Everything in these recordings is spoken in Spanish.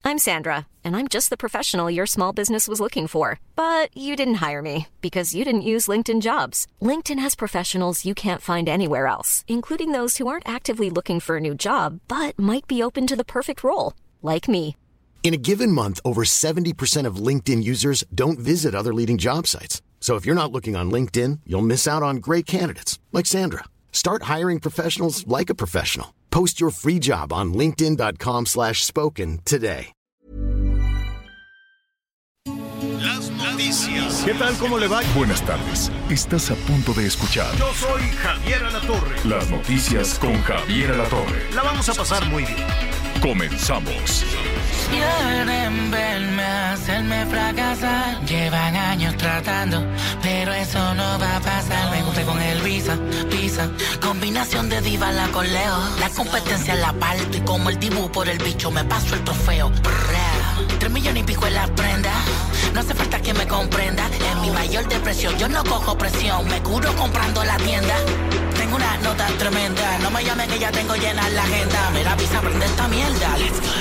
I'm Sandra, and I'm just the professional your small business was looking for. But you didn't hire me because you didn't use LinkedIn Jobs. LinkedIn has professionals you can't find anywhere else, including those who aren't actively looking for a new job, but might be open to the perfect role, like me. In a given month, over 70% of LinkedIn users don't visit other leading job sites. So if you're not looking on LinkedIn, you'll miss out on great candidates like Sandra. Start hiring professionals like a professional. Post your free job on linkedin.com/spoken today. Las noticias. ¿Qué tal? ¿Cómo le va? Buenas tardes. Estás a punto de escuchar. Yo soy Javier Alatorre. Las noticias con Javier Alatorre. La vamos a pasar muy bien. Comenzamos. Quieren verme hacerme fracasar. Llevan años tratando, pero eso no va a pasar. Me junté con el Visa. Combinación de diva la coleo. La competencia la parto y como el dibu por el bicho me paso el trofeo. 3 millones y pico en la prenda. No hace falta que me comprenda. En mi mayor depresión yo no cojo presión. Me curo comprando la tienda. Tengo una nota tremenda. No me llamen que ya tengo llena la agenda. Mira, Visa, prende esta mierda. Let's go.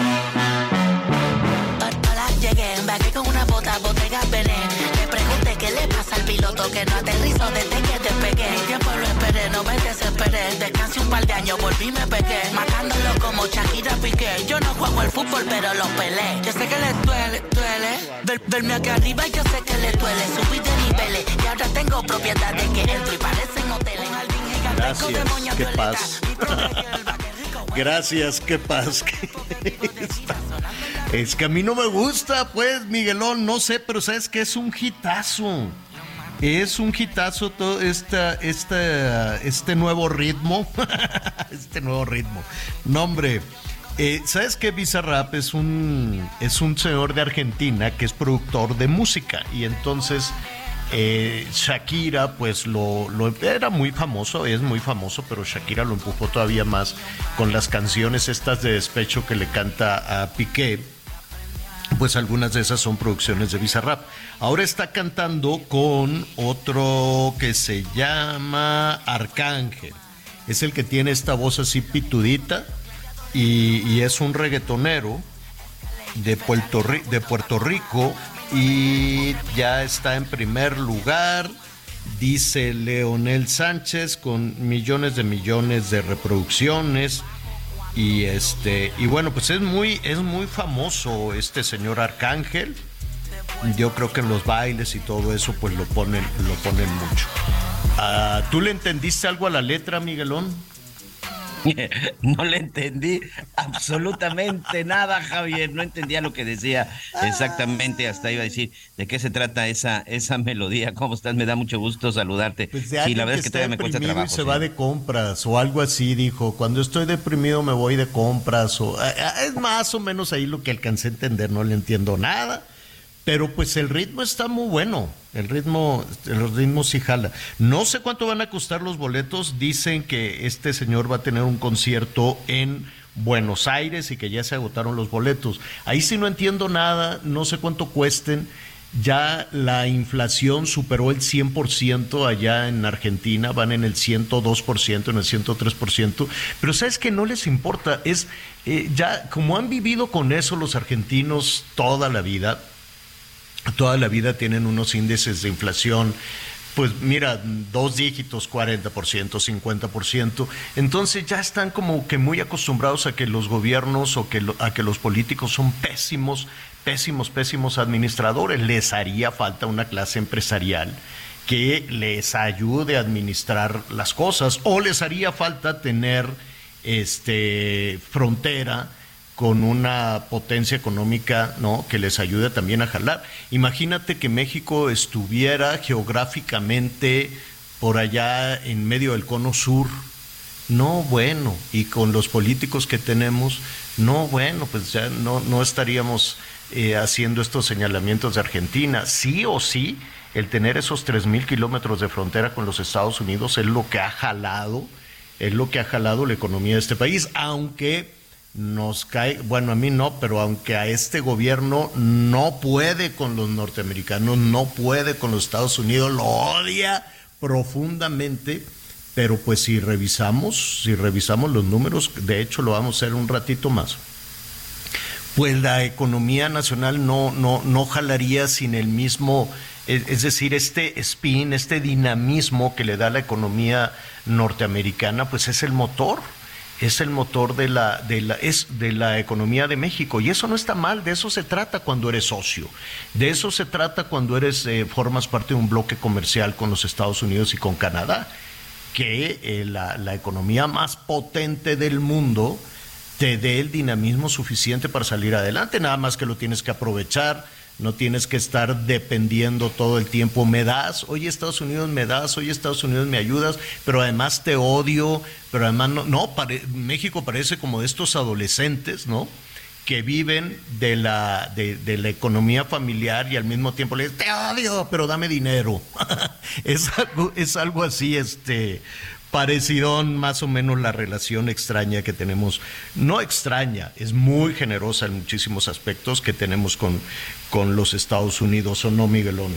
Hola, llegué, embarqué con una botella Bené. Le pregunté qué le pasa al piloto que no aterrizó desde que despegué. Mi tiempo lo esperé, no me desesperé. Descansé un par de años, volví y me pegué. Matándolo como Shakira Piqué. Yo no juego el fútbol, pero lo peleé. Yo sé que les duele. Verme acá arriba, yo sé que les duele. Subí de niveles y ahora tengo propiedades que entro y parecen hoteles. Gracias, qué paz. Gracias, qué paz. Es que a mí no me gusta, pues, Miguelón, no sé, pero sabes que es un hitazo. Es un hitazo todo este nuevo ritmo. Este nuevo ritmo. No, hombre, ¿sabes qué? Bizarrap es un señor de Argentina que es productor de música. Y entonces Shakira, pues lo era muy famoso, es muy famoso, pero Shakira lo empujó todavía más con las canciones estas de despecho que le canta a Piqué. Pues algunas de esas son producciones de Bizarrap. Ahora está cantando con otro que se llama Arcángel. Es el que tiene esta voz así pitudita y es un reggaetonero de Puerto Rico y ya está en primer lugar, dice Leonel Sánchez, con millones de reproducciones. Y bueno, pues es muy famoso este señor Arcángel. Yo creo que en los bailes y todo eso pues lo ponen mucho. ¿Tú le entendiste algo a la letra, Miguelón? No le entendí absolutamente nada, Javier. No entendía lo que decía exactamente. Hasta iba a decir de qué se trata esa melodía. ¿Cómo estás? Me da mucho gusto saludarte. Pues sí, la verdad es que todavía me cuesta trabajo. Y se va de compras o algo así, dijo. Cuando estoy deprimido me voy de compras. Es más o menos ahí lo que alcancé a entender. No le entiendo nada. Pero pues el ritmo está muy bueno, el ritmo sí jala. No sé cuánto van a costar los boletos, dicen que este señor va a tener un concierto en Buenos Aires y que ya se agotaron los boletos. Ahí sí no entiendo nada, no sé cuánto cuesten. Ya la inflación superó el 100% allá en Argentina, van en el 102%, en el 103%, pero ¿sabes qué? No les importa, ya como han vivido con eso los argentinos toda la vida tienen unos índices de inflación, pues mira, 2 dígitos, 40%, 50%, entonces ya están como que muy acostumbrados a que los gobiernos a que los políticos son pésimos administradores. Les haría falta una clase empresarial que les ayude a administrar las cosas, o les haría falta tener frontera con una potencia económica, ¿no?, que les ayude también a jalar. Imagínate que México estuviera geográficamente por allá en medio del cono sur. No, bueno, y con los políticos que tenemos, no, bueno, pues ya no estaríamos haciendo estos señalamientos de Argentina. Sí o sí, el tener esos 3,000 kilómetros de frontera con los Estados Unidos es lo que ha jalado la economía de este país, aunque nos cae, bueno, a mí no, pero aunque a este gobierno no puede con los norteamericanos, no puede con los Estados Unidos, lo odia profundamente, pero pues si revisamos los números, de hecho lo vamos a hacer un ratito más. pues la economía nacional no jalaría sin el mismo, es decir, este spin, este dinamismo que le da la economía norteamericana, pues es el motor de la economía de México, y eso no está mal. De eso se trata cuando eres socio, de eso se trata cuando formas parte de un bloque comercial con los Estados Unidos y con Canadá, que la economía más potente del mundo te dé el dinamismo suficiente para salir adelante. Nada más que lo tienes que aprovechar, no tienes que estar dependiendo todo el tiempo. Me das, oye Estados Unidos me das, oye Estados Unidos me ayudas, pero además te odio, pero además México parece como de estos adolescentes, ¿no?, que viven de la economía familiar y al mismo tiempo le dicen, te odio, pero dame dinero. es algo así, parecido más o menos la relación extraña que tenemos, no extraña, es muy generosa en muchísimos aspectos que tenemos con los Estados Unidos, ¿o no, Miguelón?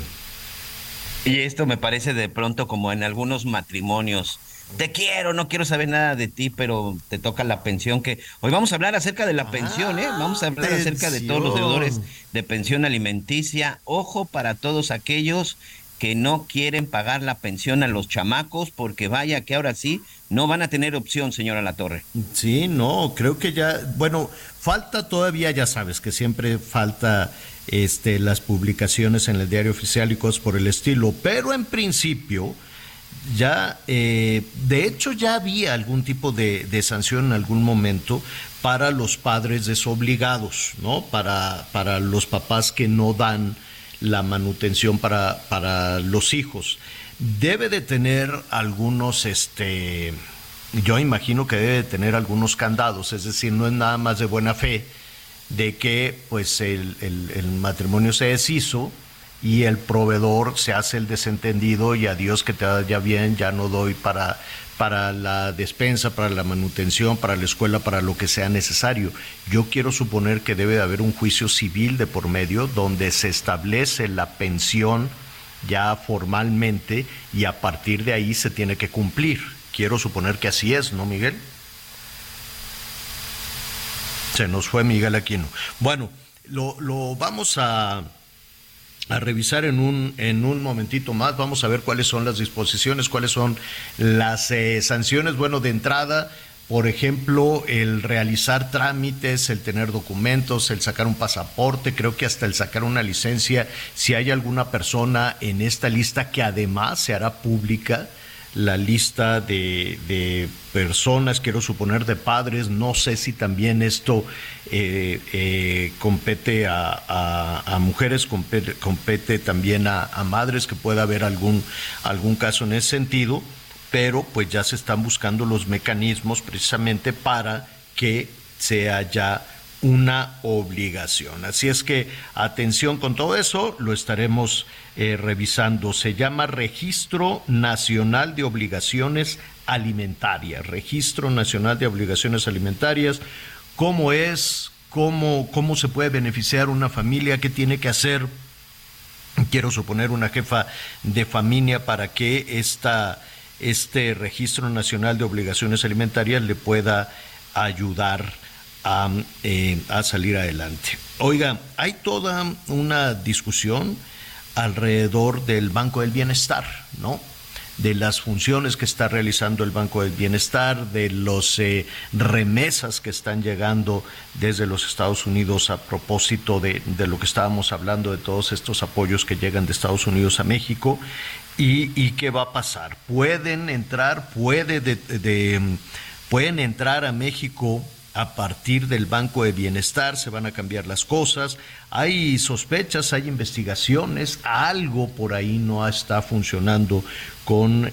Y esto me parece de pronto como en algunos matrimonios. Te quiero, no quiero saber nada de ti, pero te toca la pensión. Que hoy vamos a hablar acerca de la pensión, ¿eh? Vamos a hablar acerca de todos los deudores de pensión alimenticia. Ojo para todos aquellos que no quieren pagar la pensión a los chamacos, porque vaya que ahora sí no van a tener opción, señora Latorre. Sí, no, creo que ya, bueno, falta todavía, ya sabes que siempre falta las publicaciones en el Diario Oficial y cosas por el estilo, pero en principio ya, de hecho ya había algún tipo de sanción en algún momento para los padres desobligados, ¿no? Para los papás que no dan la manutención para los hijos. Debe de tener algunos, yo imagino que debe de tener algunos candados, es decir, no es nada más de buena fe de que pues el matrimonio se deshizo y el proveedor se hace el desentendido y adiós, que te vaya bien, ya no doy para la despensa, para la manutención, para la escuela, para lo que sea necesario. Yo quiero suponer que debe de haber un juicio civil de por medio donde se establece la pensión ya formalmente y a partir de ahí se tiene que cumplir. Quiero suponer que así es, ¿no, Miguel? Se nos fue Miguel Aquino. Bueno, lo vamos a revisar en un momentito más. Vamos a ver cuáles son las disposiciones, cuáles son las sanciones. Bueno, de entrada, por ejemplo, el realizar trámites, el tener documentos, el sacar un pasaporte, creo que hasta el sacar una licencia, si hay alguna persona en esta lista, que además se hará pública la lista de personas, quiero suponer de padres, no sé si también esto compete a mujeres, compete también a madres, que pueda haber algún caso en ese sentido, pero pues ya se están buscando los mecanismos precisamente para que sea ya una obligación. Así es que atención con todo eso, lo estaremos revisando. Se llama Registro Nacional de Obligaciones Alimentarias. Registro Nacional de Obligaciones Alimentarias. ¿Cómo es? ¿Cómo se puede beneficiar una familia? ¿Qué tiene que hacer? Quiero suponer una jefa de familia para que este Registro Nacional de Obligaciones Alimentarias le pueda ayudar a salir adelante. Oiga, hay toda una discusión alrededor del Banco del Bienestar, ¿no? De las funciones que está realizando el Banco del Bienestar, de los remesas que están llegando desde los Estados Unidos a propósito de lo que estábamos hablando, de todos estos apoyos que llegan de Estados Unidos a México, y qué va a pasar. Pueden entrar a México a partir del Banco de Bienestar, se van a cambiar las cosas, hay sospechas, hay investigaciones, algo por ahí no está funcionando con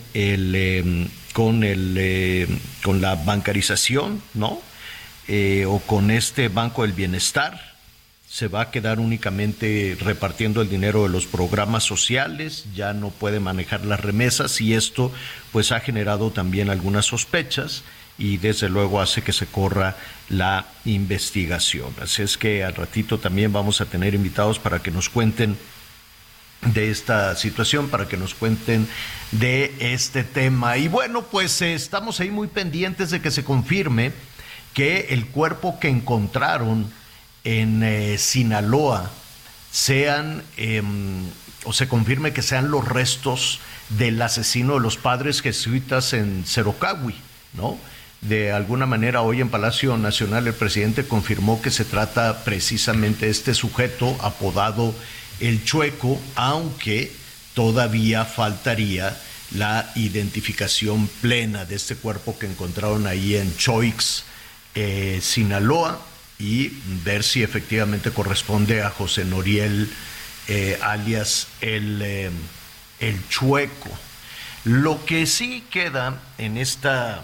la bancarización, ¿no? O con este Banco del Bienestar. Se va a quedar únicamente repartiendo el dinero de los programas sociales, ya no puede manejar las remesas, y esto pues ha generado también algunas sospechas y desde luego hace que se corra la investigación. Así es que al ratito también vamos a tener invitados para que nos cuenten de esta situación, para que nos cuenten de este tema. Y bueno, pues estamos ahí muy pendientes de que se confirme que el cuerpo que encontraron en Sinaloa sean o se confirme que sean los restos del asesino de los padres jesuitas en Cerocahui, ¿no? De alguna manera hoy en Palacio Nacional el presidente confirmó que se trata precisamente de este sujeto apodado El Chueco, aunque todavía faltaría la identificación plena de este cuerpo que encontraron ahí en Choix, Sinaloa, y ver si efectivamente corresponde a José Noriel, alias el Chueco. Lo que sí queda en esta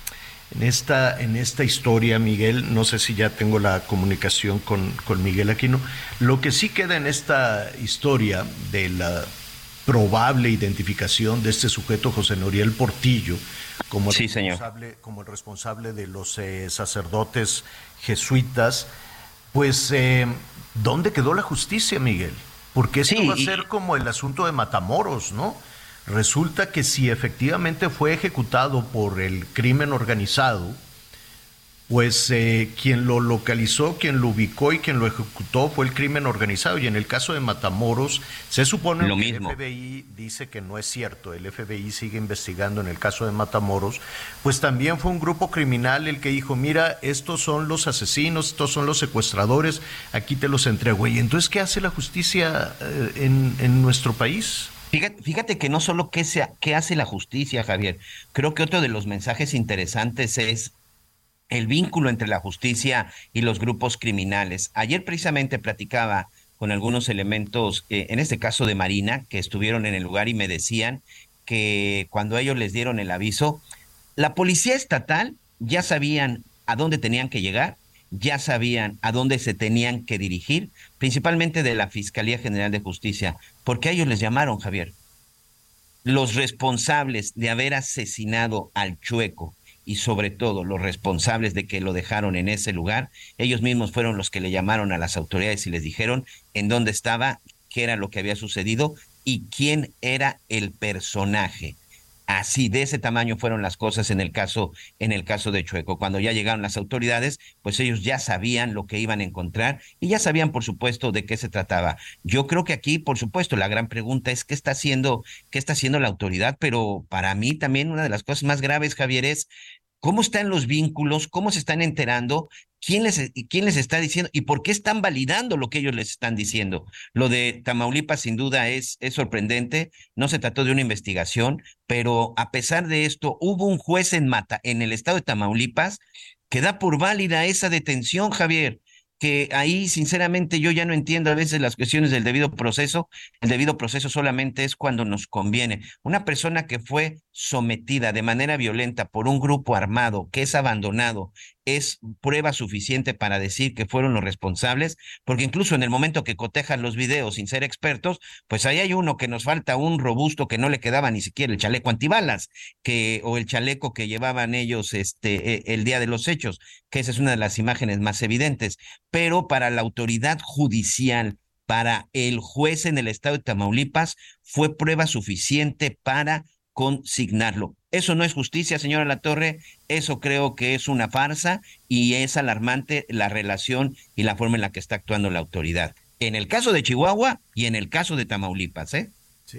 historia, Miguel, no sé si ya tengo la comunicación con Miguel Aquino, lo que sí queda en esta historia de la probable identificación de este sujeto José Noriel Portillo como el responsable de los sacerdotes jesuitas, pues ¿dónde quedó la justicia, Miguel? Porque esto va a ser como el asunto de Matamoros, ¿no? Resulta que si efectivamente fue ejecutado por el crimen organizado, pues quien lo localizó, quien lo ubicó y quien lo ejecutó fue el crimen organizado. Y en el caso de Matamoros, se supone que el FBI dice que no es cierto. El FBI sigue investigando en el caso de Matamoros. Pues también fue un grupo criminal el que dijo, mira, estos son los asesinos, estos son los secuestradores, aquí te los entrego. Y entonces, ¿qué hace la justicia en nuestro país? Fíjate que no solo qué hace la justicia, Javier. Creo que otro de los mensajes interesantes es el vínculo entre la justicia y los grupos criminales. Ayer precisamente platicaba con algunos elementos, en este caso de Marina, que estuvieron en el lugar y me decían que cuando ellos les dieron el aviso, la policía estatal ya sabían a dónde tenían que llegar, ya sabían a dónde se tenían que dirigir, principalmente de la Fiscalía General de Justicia, porque a ellos les llamaron, Javier. Los responsables de haber asesinado al Chueco y sobre todo los responsables de que lo dejaron en ese lugar, ellos mismos fueron los que le llamaron a las autoridades y les dijeron en dónde estaba, qué era lo que había sucedido y quién era el personaje. Así, de ese tamaño fueron las cosas en el caso de Chueco. Cuando ya llegaron las autoridades, pues ellos ya sabían lo que iban a encontrar y ya sabían, por supuesto, de qué se trataba. Yo creo que aquí, por supuesto, la gran pregunta es qué está haciendo la autoridad, pero para mí también una de las cosas más graves, Javier, es cómo están los vínculos, cómo se están enterando, quién les está diciendo y por qué están validando lo que ellos les están diciendo. Lo de Tamaulipas sin duda es sorprendente, no se trató de una investigación, pero a pesar de esto hubo un juez en el estado de Tamaulipas que da por válida esa detención, Javier, que ahí sinceramente yo ya no entiendo a veces las cuestiones del debido proceso. El debido proceso solamente es cuando nos conviene. Una persona que fue sometida de manera violenta por un grupo armado que es abandonado, es prueba suficiente para decir que fueron los responsables, porque incluso en el momento que cotejan los videos sin ser expertos, pues ahí hay uno que nos falta un robusto que no le quedaba ni siquiera el chaleco antibalas, o el chaleco que llevaban ellos el día de los hechos, que esa es una de las imágenes más evidentes. Pero para la autoridad judicial, para el juez en el estado de Tamaulipas, fue prueba suficiente para consignarlo. Eso no es justicia, señora Latorre, eso creo que es una farsa y es alarmante la relación y la forma en la que está actuando la autoridad. En el caso de Chihuahua y en el caso de Tamaulipas, ¿eh?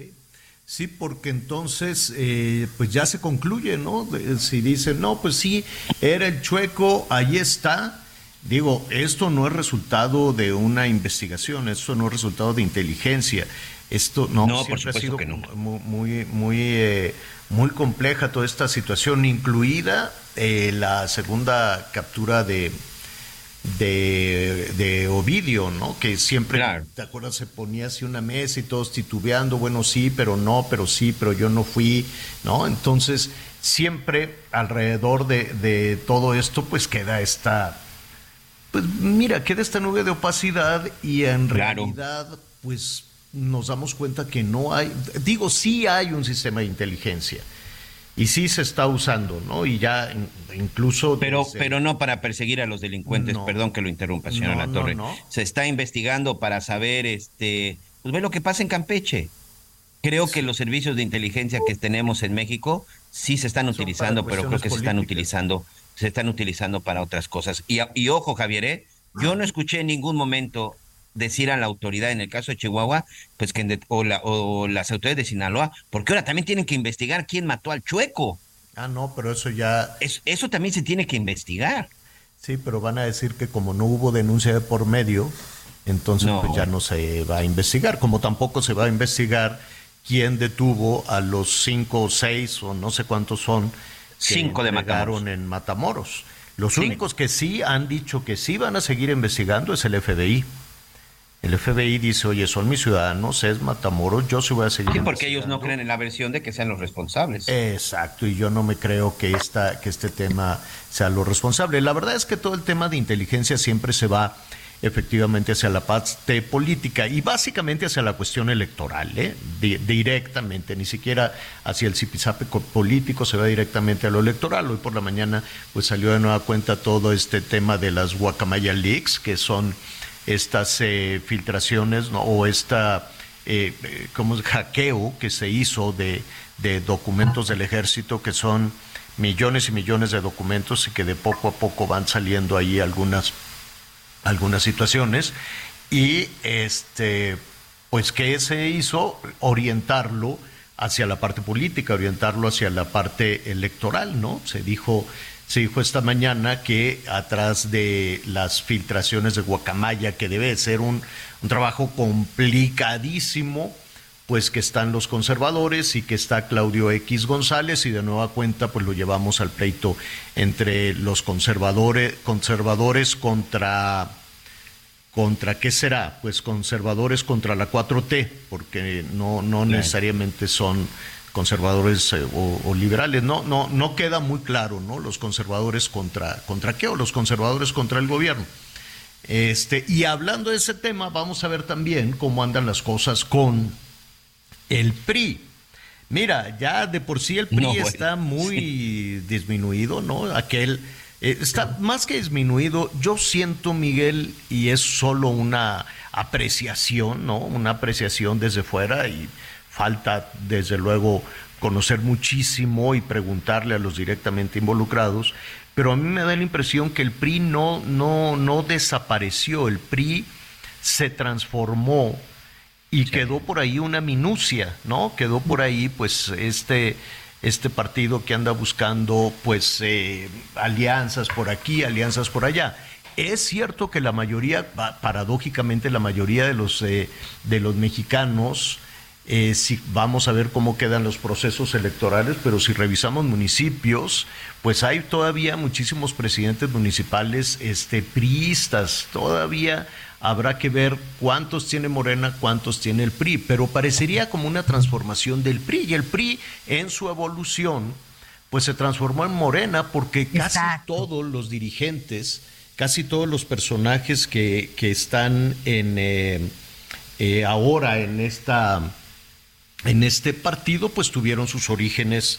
Sí, porque entonces pues ya se concluye, ¿no? Si dicen, no, pues sí, era el Chueco, ahí está. Digo, esto no es resultado de una investigación, esto no es resultado de inteligencia. Esto no por supuesto ha sido que no. Muy compleja toda esta situación, incluida la segunda captura de Ovidio, ¿no? Que siempre, claro, ¿te acuerdas? Se ponía así una mesa y todos titubeando, bueno, sí, pero no, pero sí, pero yo no fui, ¿no? Entonces, siempre alrededor de todo esto, pues queda esta nube de opacidad y en realidad, pues nos damos cuenta que no hay, sí hay un sistema de inteligencia y sí se está usando, ¿no? Y ya incluso... Pero no para perseguir a los delincuentes, no, perdón que lo interrumpa, señora Latorre. No. Se está investigando para saber, pues ve lo que pasa en Campeche. Creo que los servicios de inteligencia que tenemos en México sí se están utilizando, pero creo que se están utilizando para otras cosas. Y ojo, Javier, Yo no escuché en ningún momento decir a la autoridad, en el caso de Chihuahua, pues o las autoridades de Sinaloa, porque ahora también tienen que investigar quién mató al Chueco. Ah, no, pero eso ya... Eso también se tiene que investigar. Sí, pero van a decir que como no hubo denuncia de por medio, entonces No. pues ya no se va a investigar, como tampoco se va a investigar quién detuvo a los 5 o 6 o no sé cuántos son que 5 de entregaron Matamoros. en Matamoros. Los 5. únicos que sí han dicho que sí van a seguir investigando es el FBI. El FBI dice, oye, son mis ciudadanos, es Matamoros, yo sí voy a seguir Sí, porque ellos no investigando. creen en la versión de que sean los responsables. Exacto, y yo no me creo que este tema sea lo responsable. La verdad es que todo el tema de inteligencia siempre se va efectivamente hacia la parte política y básicamente hacia la cuestión electoral, directamente, ni siquiera hacia el zipizape político, se va directamente a lo electoral. Hoy por la mañana pues salió de nueva cuenta todo este tema de las Guacamaya Leaks, que son estas filtraciones, ¿no? O como hackeo que se hizo de documentos del ejército, que son millones y millones de documentos y que de poco a poco van saliendo ahí algunas situaciones y pues ¿qué se hizo? Orientarlo hacia la parte política, orientarlo hacia la parte electoral, ¿no? Se dijo esta mañana que atrás de las filtraciones de Guacamaya, que debe ser un trabajo complicadísimo, pues que están los conservadores y que está Claudio X González, y de nueva cuenta pues lo llevamos al pleito entre los conservadores contra ¿qué será? Pues conservadores contra la 4T, porque no necesariamente son conservadores o liberales, no queda muy claro, ¿no? Los conservadores contra qué, o los conservadores contra el gobierno. Y hablando de ese tema, vamos a ver también cómo andan las cosas con el PRI. Mira, ya de por sí el PRI está muy disminuido, ¿no? Está más que disminuido. Yo siento, Miguel, y es solo una apreciación, ¿no? Una apreciación desde fuera, y falta, desde luego, conocer muchísimo y preguntarle a los directamente involucrados, pero a mí me da la impresión que el PRI no desapareció, el PRI se transformó y quedó por ahí una minucia, ¿no? Quedó por ahí, pues, este partido que anda buscando, pues, alianzas por aquí, alianzas por allá. Es cierto que la mayoría, paradójicamente, la mayoría de los mexicanos, si vamos a ver cómo quedan los procesos electorales, pero si revisamos municipios, pues hay todavía muchísimos presidentes municipales priistas. Todavía habrá que ver cuántos tiene Morena, cuántos tiene el PRI, pero parecería como una transformación del PRI, y el PRI en su evolución pues se transformó en Morena, porque casi todos los dirigentes, casi todos los personajes que están ahora en este partido, pues tuvieron sus orígenes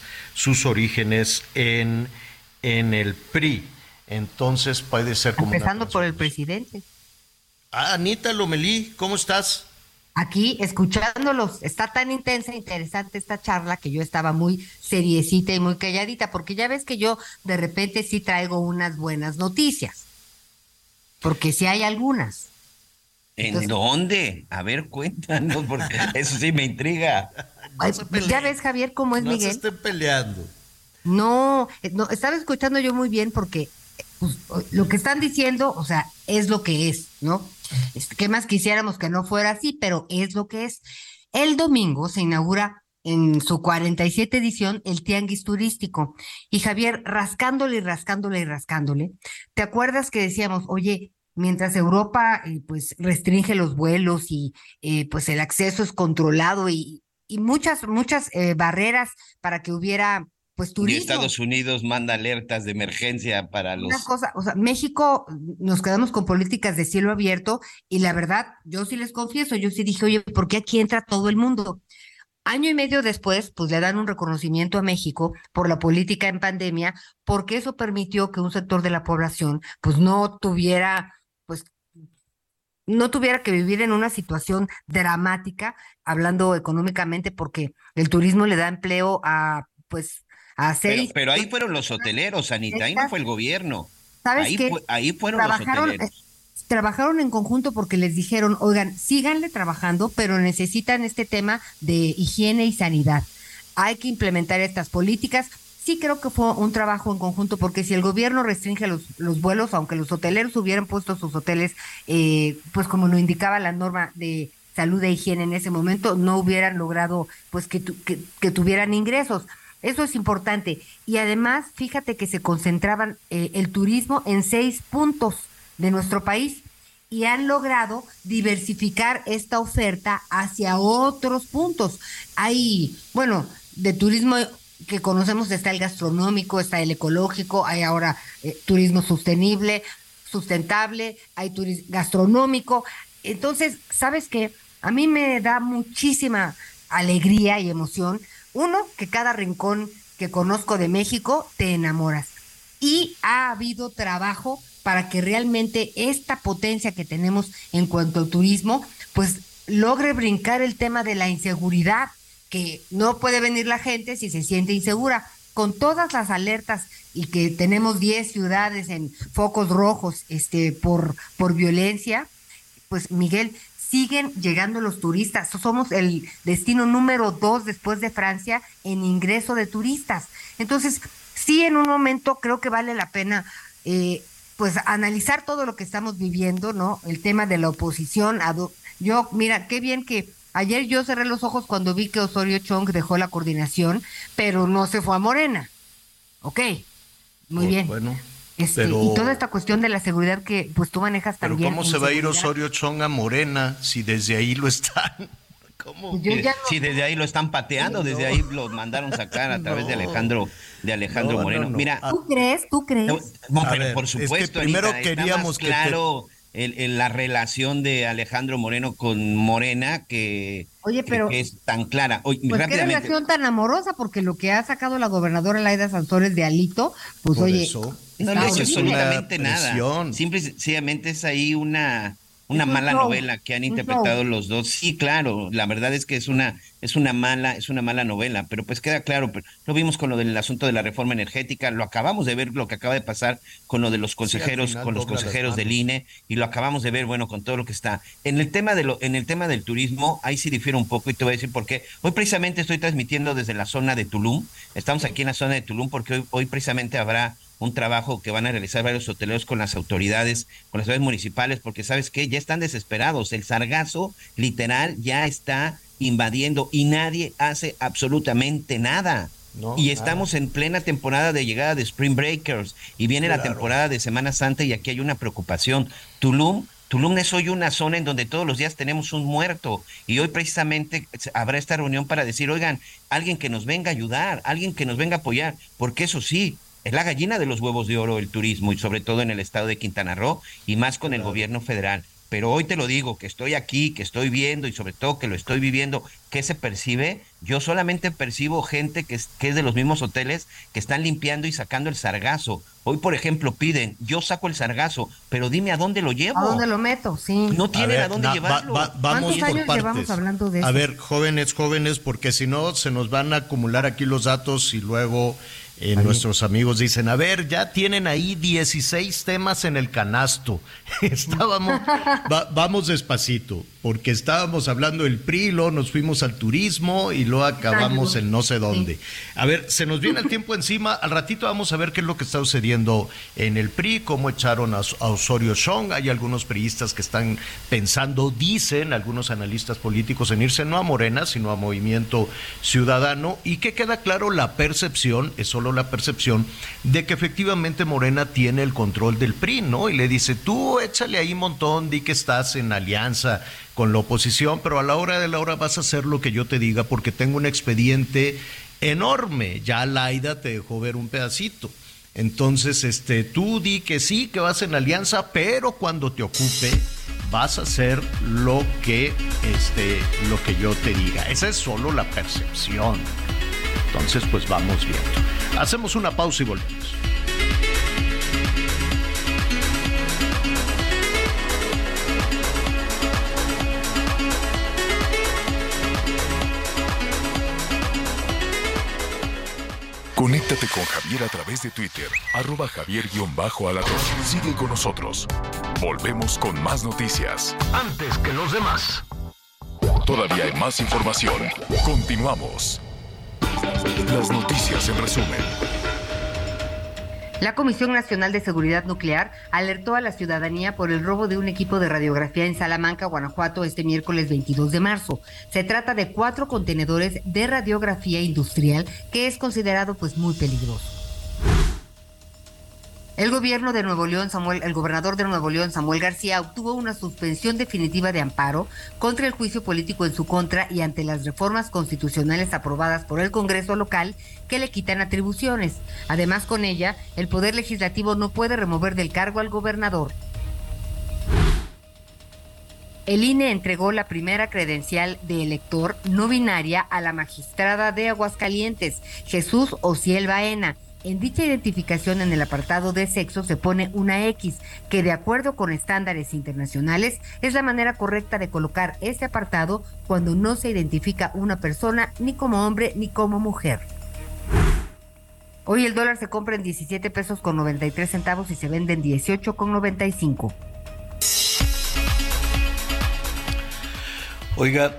en el PRI. Entonces puede ser como empezando por el presidente. Anita Lomelí, ¿cómo estás? Aquí escuchándolos, está tan intensa e interesante esta charla que yo estaba muy seriecita y muy calladita, porque ya ves que yo de repente sí traigo unas buenas noticias, porque sí hay algunas. ¿En dónde? A ver, cuéntanos, porque eso sí me intriga. Ya ves, Javier, cómo es no Miguel. No se estén peleando. No, estaba escuchando yo muy bien, porque pues, lo que están diciendo, o sea, es lo que es, ¿no? ¿Qué más quisiéramos que no fuera así? Pero es lo que es. El domingo se inaugura en su 47 edición el Tianguis Turístico. Y Javier, rascándole y rascándole y rascándole, ¿te acuerdas que decíamos, oye, mientras Europa pues restringe los vuelos y pues el acceso es controlado y muchas barreras para que hubiera pues turismo? Y Estados Unidos manda alertas de emergencia para los... Una cosa, o sea, México nos quedamos con políticas de cielo abierto, y la verdad, yo sí les confieso, yo sí dije, oye, ¿por qué aquí entra todo el mundo? Año y medio después, pues le dan un reconocimiento a México por la política en pandemia, porque eso permitió que un sector de la población pues no tuviera que vivir en una situación dramática, hablando económicamente, porque el turismo le da empleo a Pero ahí fueron los hoteleros, Anita, ahí no fue el gobierno. ¿Sabes qué? Ahí fueron los hoteleros. trabajaron en conjunto porque les dijeron, oigan, síganle trabajando, pero necesitan este tema de higiene y sanidad. Hay que implementar estas políticas. Sí creo que fue un trabajo en conjunto, porque si el gobierno restringe los vuelos, aunque los hoteleros hubieran puesto sus hoteles, pues como lo indicaba la norma de salud e higiene en ese momento, no hubieran logrado pues que tuvieran ingresos. Eso es importante. Y además, fíjate que se concentraban el turismo en 6 puntos de nuestro país y han logrado diversificar esta oferta hacia otros puntos. Hay, bueno, de turismo que conocemos está el gastronómico, está el ecológico, hay ahora turismo sustentable, hay turismo gastronómico. Entonces, ¿sabes qué? A mí me da muchísima alegría y emoción. Uno, que cada rincón que conozco de México te enamoras. Y ha habido trabajo para que realmente esta potencia que tenemos en cuanto al turismo, pues logre brincar el tema de la inseguridad, que no puede venir la gente si se siente insegura. Con todas las alertas y que tenemos 10 ciudades en focos rojos por violencia, pues Miguel, siguen llegando los turistas. Somos el destino número 2 después de Francia en ingreso de turistas. Entonces, sí, en un momento creo que vale la pena pues analizar todo lo que estamos viviendo, ¿no? El tema de la oposición. Yo, mira, qué bien que ayer yo cerré los ojos cuando vi que Osorio Chong dejó la coordinación, pero no se fue a Morena. Ok, muy bien. Bueno, y toda esta cuestión de la seguridad que pues tú manejas también. Pero ¿cómo se va a ir Osorio Chong a Morena si desde ahí lo están? ¿Cómo? Sí, desde ahí lo están pateando, desde ahí lo mandaron sacar a través de Alejandro Moreno. No. Mira, ¿Tú crees? No, pero por supuesto, es que primero Anita, queríamos está más claro la relación de Alejandro Moreno con Morena que es tan clara. Pues qué relación tan amorosa, porque lo que ha sacado la gobernadora Laida Sansores de Alito, pues por oye, eso, no le hace absolutamente nada. Simple y sencillamente es ahí una mala novela que han interpretado los dos. Sí, claro, la verdad es que es una mala novela, pero pues queda claro, pero lo vimos con lo del asunto de la reforma energética, lo acabamos de ver lo que acaba de pasar con lo de los consejeros, con los consejeros del INE, y lo acabamos de ver, bueno, con todo lo que está. En el tema del turismo, ahí sí difiere un poco, y te voy a decir por qué. Hoy precisamente estoy transmitiendo desde la zona de Tulum. Estamos aquí en la zona de Tulum porque hoy precisamente habrá un trabajo que van a realizar varios hoteleros con las autoridades municipales, porque ¿sabes qué? Ya están desesperados. El sargazo literal ya está invadiendo y nadie hace absolutamente nada. Y estamos en plena temporada de llegada de Spring Breakers y viene la temporada de Semana Santa y aquí hay una preocupación. Tulum es hoy una zona en donde todos los días tenemos un muerto y hoy precisamente habrá esta reunión para decir, oigan, alguien que nos venga a ayudar, alguien que nos venga a apoyar, porque eso sí, es la gallina de los huevos de oro el turismo y sobre todo en el estado de Quintana Roo y más con el gobierno federal. Pero hoy te lo digo, que estoy aquí, que estoy viendo y sobre todo que lo estoy viviendo, ¿qué se percibe? Yo solamente percibo gente que es de los mismos hoteles que están limpiando y sacando el sargazo. Hoy, por ejemplo, piden, yo saco el sargazo, pero dime a dónde lo llevo. ¿A dónde lo meto? Sí. No tienen a dónde llevarlo. Vamos ¿Cuántos años por partes. llevamos hablando de eso? A ver, jóvenes, porque si no se nos van a acumular aquí los datos y luego nuestros amigos dicen, a ver, ya tienen ahí 16 temas en el canasto. Vamos despacito, porque estábamos hablando del PRI, luego nos fuimos al turismo y luego acabamos en no sé dónde. Sí. A ver, se nos viene el tiempo encima, al ratito vamos a ver qué es lo que está sucediendo en el PRI, cómo echaron a Osorio Chong. Hay algunos priistas que están pensando, dicen algunos analistas políticos, en irse no a Morena, sino a Movimiento Ciudadano, y que queda claro la percepción, es solo la percepción, de que efectivamente Morena tiene el control del PRI, ¿no? Y le dice, tú échale ahí un montón, di que estás en alianza con la oposición, pero a la hora de la hora vas a hacer lo que yo te diga porque tengo un expediente enorme. Ya Laida te dejó ver un pedacito. Entonces, tú di que sí, que vas en alianza, pero cuando te ocupe vas a hacer lo que yo te diga. Esa es solo la percepción. Entonces, pues vamos viendo. Hacemos una pausa y volvemos. Conéctate con Javier a través de Twitter, @Javier_Alatorre. Sigue con nosotros. Volvemos con más noticias. Antes que los demás. Todavía hay más información. Continuamos. Las noticias en resumen. La Comisión Nacional de Seguridad Nuclear alertó a la ciudadanía por el robo de un equipo de radiografía en Salamanca, Guanajuato, este miércoles 22 de marzo. Se trata de 4 contenedores de radiografía industrial, que es considerado pues muy peligroso. El gobernador de Nuevo León, Samuel García, obtuvo una suspensión definitiva de amparo contra el juicio político en su contra y ante las reformas constitucionales aprobadas por el Congreso local que le quitan atribuciones. Además, con ella, el Poder Legislativo no puede remover del cargo al gobernador. El INE entregó la primera credencial de elector no binaria a la magistrada de Aguascalientes, Jesús Ociel Baena. En dicha identificación, en el apartado de sexo, se pone una X, que de acuerdo con estándares internacionales es la manera correcta de colocar este apartado cuando no se identifica una persona ni como hombre ni como mujer. Hoy el dólar se compra en 17 pesos con 93 centavos y se vende en 18 con 95. Oiga,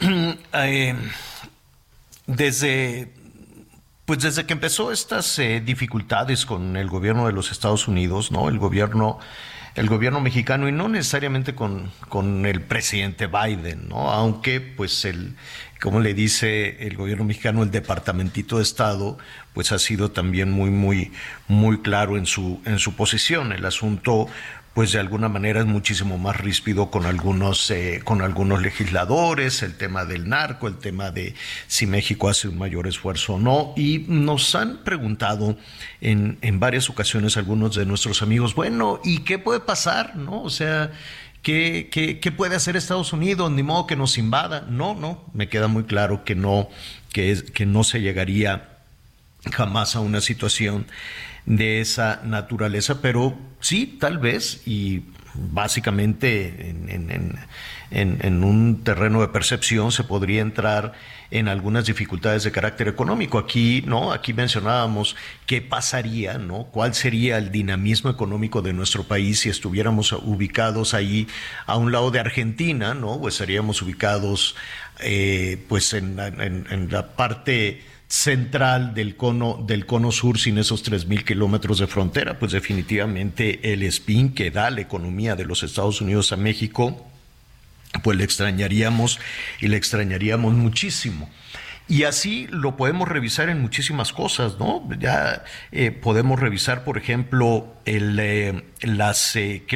desde que empezó estas dificultades con el gobierno de los Estados Unidos, ¿no? El gobierno mexicano, y no necesariamente con el presidente Biden, ¿no? Aunque, pues, como le dice el gobierno mexicano, el Departamentito de Estado, pues ha sido también muy, muy, muy claro en su posición. El asunto, pues de alguna manera es muchísimo más ríspido con algunos legisladores, el tema del narco, el tema de si México hace un mayor esfuerzo o no, y nos han preguntado en varias ocasiones algunos de nuestros amigos, bueno, ¿y qué puede pasar? ¿No? O sea, ¿qué puede hacer Estados Unidos? Ni modo que nos invada. No, me queda muy claro que no se llegaría jamás a una situación de esa naturaleza, pero sí, tal vez, y básicamente en un terreno de percepción se podría entrar en algunas dificultades de carácter económico. Aquí mencionábamos qué pasaría, ¿no? ¿Cuál sería el dinamismo económico de nuestro país si estuviéramos ubicados ahí a un lado de Argentina, ¿no? Pues estaríamos ubicados pues en la parte central del cono sur, sin esos 3,000 kilómetros de frontera. Pues definitivamente el spin que da la economía de los Estados Unidos a México, pues le extrañaríamos muchísimo. Y así lo podemos revisar en muchísimas cosas, ¿no? Ya podemos revisar, por ejemplo, las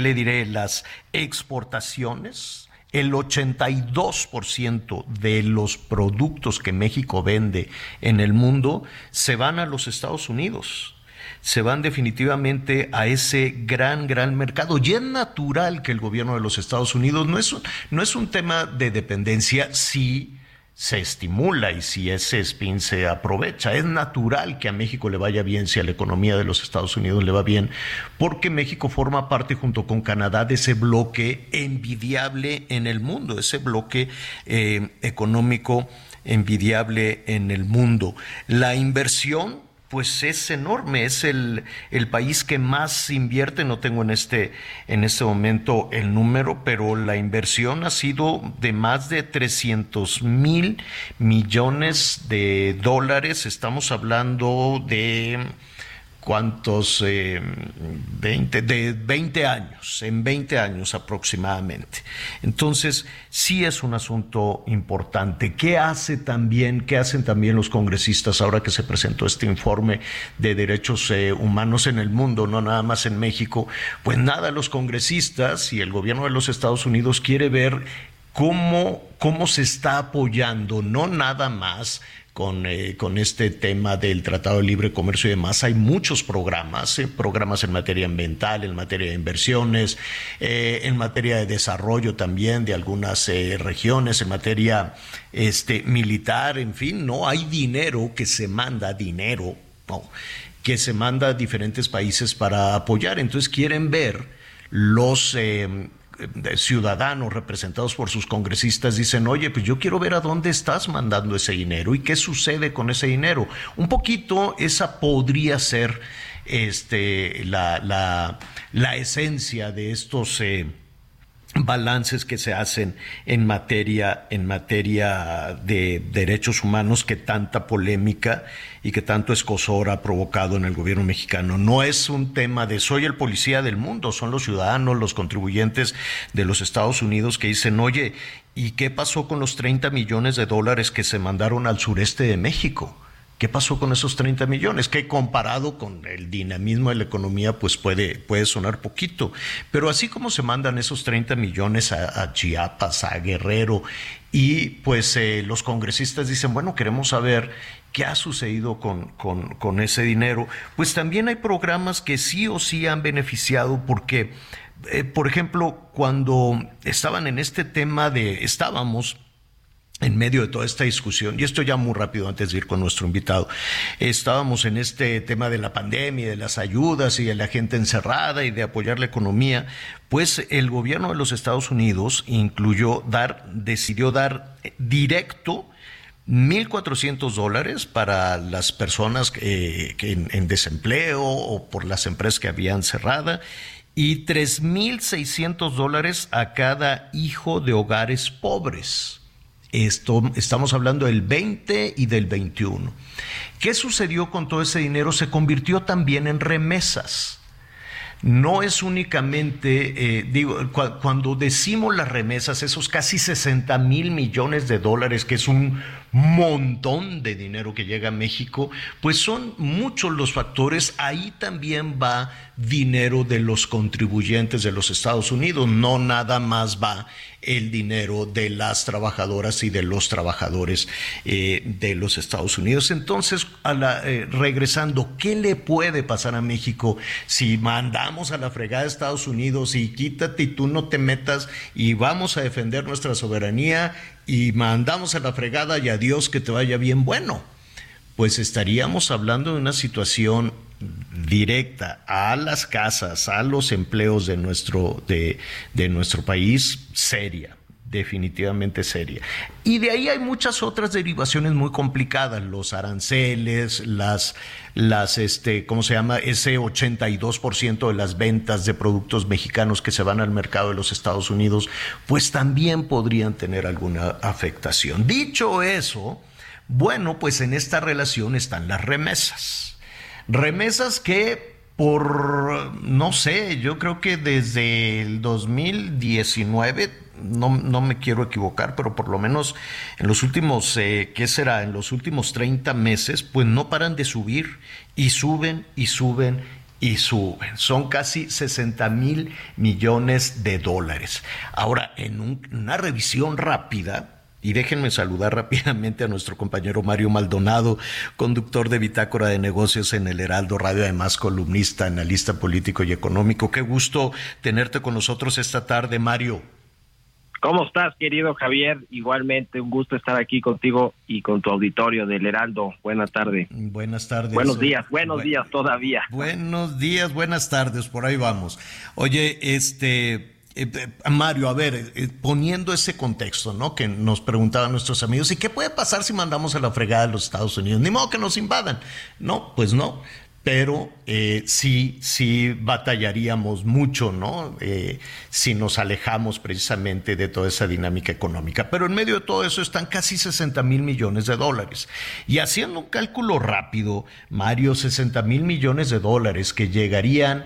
exportaciones. El 82% de los productos que México vende en el mundo se van a los Estados Unidos. Se van definitivamente a ese gran mercado. Y es natural que el gobierno de los Estados Unidos, no es un tema de dependencia, sí se estimula y si ese spin se aprovecha. Es natural que a México le vaya bien si a la economía de los Estados Unidos le va bien, porque México forma parte junto con Canadá de ese bloque envidiable en el mundo, ese bloque económico envidiable en el mundo. La inversión, pues es enorme, es el país que más invierte. No tengo en este momento el número, pero la inversión ha sido de más de 300,000 millones de dólares. Estamos hablando de ¿cuántos? 20 años, en 20 años aproximadamente. Entonces, sí es un asunto importante. ¿Qué hacen también los congresistas ahora que se presentó este informe de derechos humanos en el mundo, no nada más en México? Pues nada, los congresistas y el gobierno de los Estados Unidos quiere ver cómo se está apoyando, no nada más con este tema del Tratado de Libre Comercio y demás. Hay muchos programas en materia ambiental, en materia de inversiones, en materia de desarrollo también de algunas regiones, en materia militar, en fin, no hay dinero que se manda a diferentes países para apoyar. Entonces quieren ver ciudadanos representados por sus congresistas dicen, oye, pues yo quiero ver a dónde estás mandando ese dinero y qué sucede con ese dinero. Un poquito esa podría ser la esencia de estos balances que se hacen en materia de derechos humanos que tanta polémica y que tanto escozor ha provocado en el gobierno mexicano. No es un tema de soy el policía del mundo, son los ciudadanos, los contribuyentes de los Estados Unidos que dicen, oye, ¿y qué pasó con los 30 millones de dólares que se mandaron al sureste de México? ¿Qué pasó con esos 30 millones? Que comparado con el dinamismo de la economía, pues puede sonar poquito. Pero así como se mandan esos 30 millones a Chiapas, a Guerrero, y pues los congresistas dicen, bueno, queremos saber qué ha sucedido con ese dinero, pues también hay programas que sí o sí han beneficiado porque, por ejemplo, cuando estaban en este tema estábamos en medio de toda esta discusión, y esto ya muy rápido antes de ir con nuestro invitado, estábamos en este tema de la pandemia, de las ayudas y de la gente encerrada y de apoyar la economía, pues el gobierno de los Estados Unidos decidió dar directo $1,400 para las personas que en desempleo o por las empresas que habían cerrada y $3,600 a cada hijo de hogares pobres. Estamos hablando del 20 y del 21. ¿Qué sucedió con todo ese dinero? Se convirtió también en remesas. No es únicamente, cuando decimos las remesas, esos casi 60,000 millones de dólares, que es un montón de dinero que llega a México, pues son muchos los factores. Ahí también va dinero de los contribuyentes de los Estados Unidos, no nada más va el dinero de las trabajadoras y de los trabajadores de los Estados Unidos. Entonces, regresando, ¿qué le puede pasar a México si mandamos a la fregada a Estados Unidos y quítate y tú no te metas y vamos a defender nuestra soberanía y mandamos a la fregada y adiós, que te vaya bien? Bueno, pues estaríamos hablando de una situación directa a las casas, a los empleos de nuestro país, seria, definitivamente seria. Y de ahí hay muchas otras derivaciones muy complicadas, los aranceles, ¿cómo se llama? Ese 82% de las ventas de productos mexicanos que se van al mercado de los Estados Unidos, pues también podrían tener alguna afectación. Dicho eso, bueno, pues en esta relación están las remesas. Remesas que no sé, yo creo que desde el 2019, no me quiero equivocar, pero por lo menos en los últimos, en los últimos 30 meses, pues no paran de subir y suben y suben y suben. Son casi 60,000 millones de dólares. Ahora, en una revisión rápida, y déjenme saludar rápidamente a nuestro compañero Mario Maldonado, conductor de Bitácora de Negocios en el Heraldo Radio, además columnista, analista político y económico. Qué gusto tenerte con nosotros esta tarde, Mario. ¿Cómo estás, querido Javier? Igualmente, un gusto estar aquí contigo y con tu auditorio del Heraldo. Buenas tardes. Buenas tardes. Buenos días todavía. Buenos días, buenas tardes, por ahí vamos. Oye, Mario, a ver, poniendo ese contexto, ¿no? Que nos preguntaban nuestros amigos, ¿y qué puede pasar si mandamos a la fregada a los Estados Unidos? Ni modo que nos invadan. No, pues no. Pero sí batallaríamos mucho, ¿no? Si nos alejamos precisamente de toda esa dinámica económica. Pero en medio de todo eso están casi 60,000 millones de dólares. Y haciendo un cálculo rápido, Mario, 60,000 millones de dólares que llegarían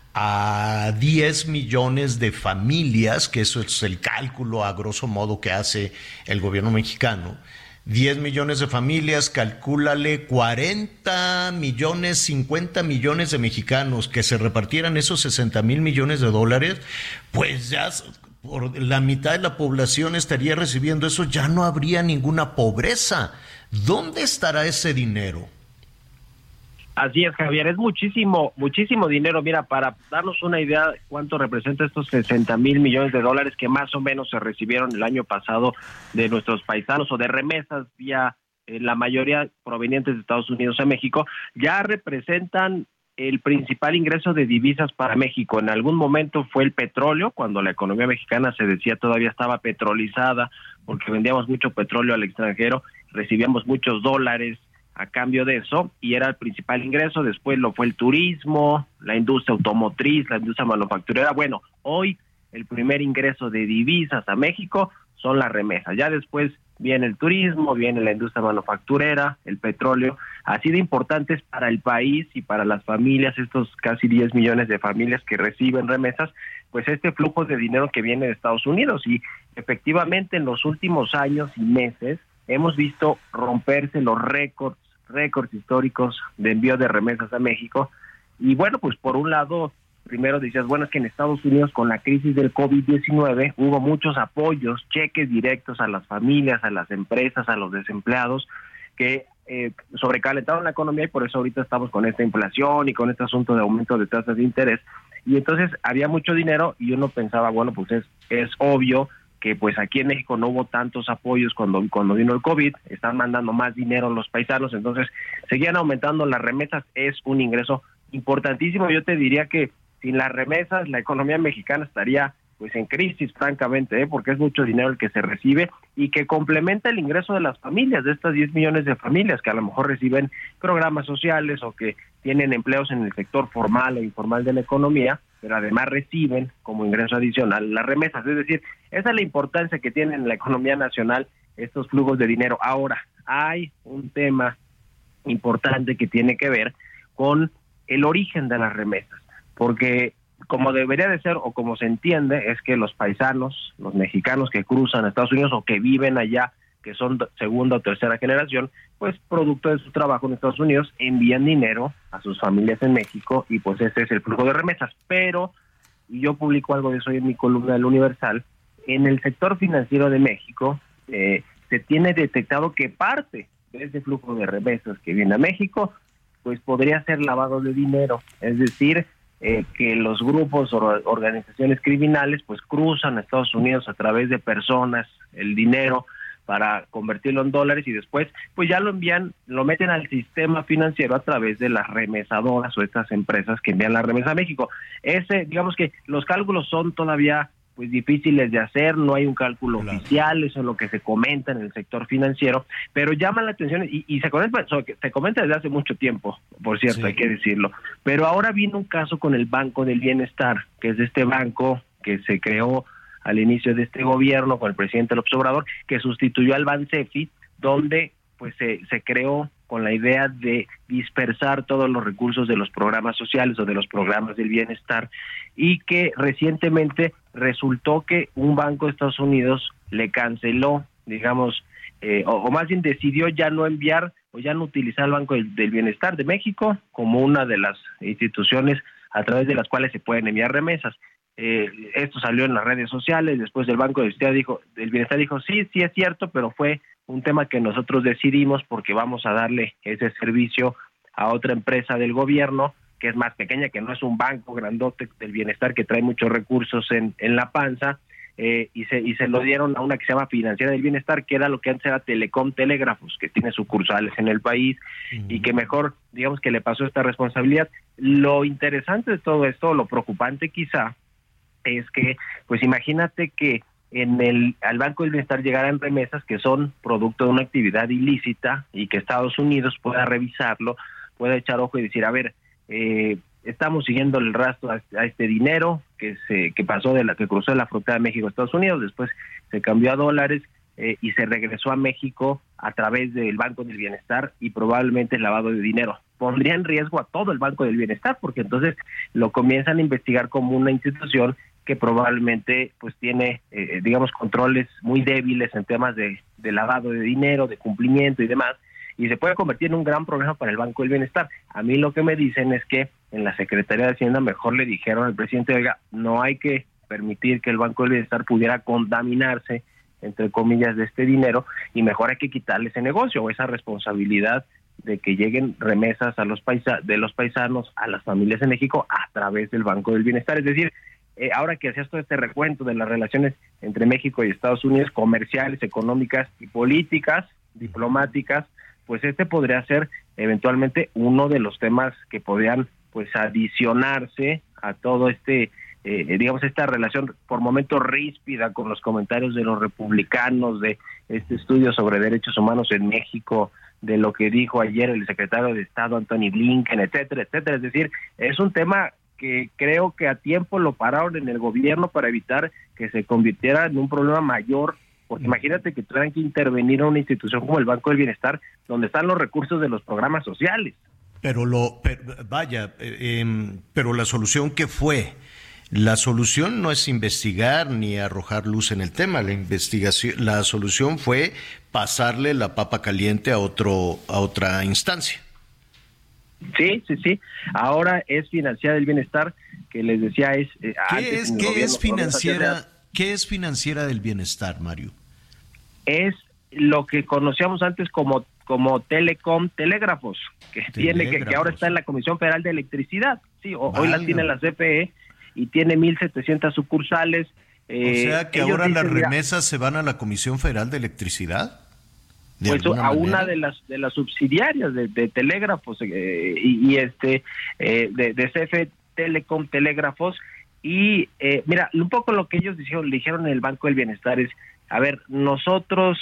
a 10 millones de familias, que eso es el cálculo a grosso modo que hace el gobierno mexicano. 10 millones de familias, calcúlale 40 millones, 50 millones de mexicanos que se repartieran esos 60,000 millones de dólares, pues ya por la mitad de la población estaría recibiendo eso, ya no habría ninguna pobreza. ¿Dónde estará ese dinero? Así es, Javier, es muchísimo dinero. Mira, para darnos una idea de cuánto representa estos 60,000 millones de dólares que más o menos se recibieron el año pasado de nuestros paisanos o de remesas vía la mayoría provenientes de Estados Unidos a México, ya representan el principal ingreso de divisas para México en algún momento fue el petróleo, cuando la economía mexicana se decía todavía estaba petrolizada, porque vendíamos mucho petróleo al extranjero, recibíamos muchos dólares a cambio de eso, y era el principal ingreso. Después lo fue el turismo, la industria automotriz, la industria manufacturera. Bueno, hoy el primer ingreso de divisas a México son las remesas. Ya después viene el turismo, viene la industria manufacturera, el petróleo. Así de importantes para el país y para las familias, estos casi 10 millones de familias que reciben remesas, pues este flujo de dinero que viene de Estados Unidos. Y efectivamente en los últimos años y meses hemos visto romperse los récords históricos de envío de remesas a México. Y bueno, pues por un lado, primero decías, bueno, es que en Estados Unidos con la crisis del COVID-19 hubo muchos apoyos, cheques directos a las familias, a las empresas, a los desempleados, que sobrecalentaron la economía, y por eso ahorita estamos con esta inflación y con este asunto de aumento de tasas de interés. Y entonces había mucho dinero y uno pensaba, bueno, pues es obvio que pues aquí en México no hubo tantos apoyos cuando vino el COVID, están mandando más dinero los paisanos, entonces seguían aumentando las remesas. Es un ingreso importantísimo. Yo te diría que sin las remesas la economía mexicana estaría pues en crisis, francamente, porque es mucho dinero el que se recibe y que complementa el ingreso de las familias, de estas 10 millones de familias que a lo mejor reciben programas sociales o que tienen empleos en el sector formal o informal de la economía, pero además reciben como ingreso adicional las remesas. Es decir, esa es la importancia que tienen en la economía nacional estos flujos de dinero. Ahora, hay un tema importante que tiene que ver con el origen de las remesas, porque como debería de ser o como se entiende es que los paisanos, los mexicanos que cruzan a Estados Unidos o que viven allá, que son segunda o tercera generación, pues producto de su trabajo en Estados Unidos envían dinero a sus familias en México y pues ese es el flujo de remesas. Pero, y yo publico algo de eso en mi columna del Universal, en el sector financiero de México se tiene detectado que parte de ese flujo de remesas que viene a México pues podría ser lavado de dinero, es decir, que los grupos o organizaciones criminales pues cruzan a Estados Unidos a través de personas el dinero para convertirlo en dólares y después pues ya lo envían, lo meten al sistema financiero a través de las remesadoras o estas empresas que envían la remesa a México. Digamos que los cálculos son todavía pues difíciles de hacer, no hay un cálculo oficial, eso es lo que se comenta en el sector financiero, pero llama la atención y se comenta desde hace mucho tiempo, por cierto, sí, hay que decirlo. Pero ahora viene un caso con el Banco del Bienestar, que es este banco que se creó al inicio de este gobierno con el presidente López Obrador, que sustituyó al Bansefi, donde pues se creó con la idea de dispersar todos los recursos de los programas sociales o de los programas del bienestar, y que recientemente resultó que un banco de Estados Unidos le canceló, digamos, o más bien decidió ya no enviar o ya no utilizar el Banco del Bienestar de México como una de las instituciones a través de las cuales se pueden enviar remesas. Esto salió en las redes sociales, después el Banco del Bienestar dijo, sí es cierto, pero fue un tema que nosotros decidimos porque vamos a darle ese servicio a otra empresa del gobierno que es más pequeña, que no es un banco grandote del bienestar que trae muchos recursos en la panza, y se lo dieron a una que se llama Financiera del Bienestar, que era lo que antes era Telecom Telégrafos, que tiene sucursales en el país, y que mejor, digamos, que le pasó esta responsabilidad. Lo interesante de todo esto, lo preocupante quizá, es que, pues imagínate que al Banco del Bienestar llegaran remesas que son producto de una actividad ilícita y que Estados Unidos pueda revisarlo, pueda echar ojo y decir, a ver, estamos siguiendo el rastro a este dinero que pasó que cruzó la frontera de México a Estados Unidos, después se cambió a dólares y se regresó a México a través del Banco del Bienestar y probablemente el lavado de dinero. Pondría en riesgo a todo el Banco del Bienestar porque entonces lo comienzan a investigar como una institución que probablemente pues tiene, digamos, controles muy débiles en temas de lavado de dinero, de cumplimiento y demás, y se puede convertir en un gran problema para el Banco del Bienestar. A mí lo que me dicen es que en la Secretaría de Hacienda mejor le dijeron al presidente, oiga, no hay que permitir que el Banco del Bienestar pudiera contaminarse, entre comillas, de este dinero, y mejor hay que quitarle ese negocio o esa responsabilidad de que lleguen remesas a de los paisanos a las familias en México a través del Banco del Bienestar. Es decir, ahora que hacías todo este recuento de las relaciones entre México y Estados Unidos, comerciales, económicas y políticas, diplomáticas, pues este podría ser eventualmente uno de los temas que podrían pues adicionarse a todo digamos, esta relación por momentos ríspida con los comentarios de los republicanos, de este estudio sobre derechos humanos en México, de lo que dijo ayer el secretario de Estado Antony Blinken, etcétera, etcétera. Es decir, es un tema que creo que a tiempo lo pararon en el gobierno para evitar que se convirtiera en un problema mayor, porque imagínate que tuvieran que intervenir a una institución como el Banco del Bienestar, donde están los recursos de los programas sociales. Pero la solución, ¿qué fue? La solución no es investigar ni arrojar luz en el tema. La solución fue pasarle la papa caliente a otra instancia. Sí. Ahora es Financiera del Bienestar, que les decía es. ¿Qué es Financiera del Bienestar, Mario? Es lo que conocíamos antes como telégrafos, que ahora está en la Comisión Federal de Electricidad. Sí, hoy la tiene la CFE. Y tiene 1,700 sucursales. O sea que ahora las remesas se van a la Comisión Federal de Electricidad. Pues a una de las subsidiarias de telégrafos de CFE Telecom Telégrafos. Y mira, un poco lo que ellos dijeron en el Banco del Bienestar es, a ver, nosotros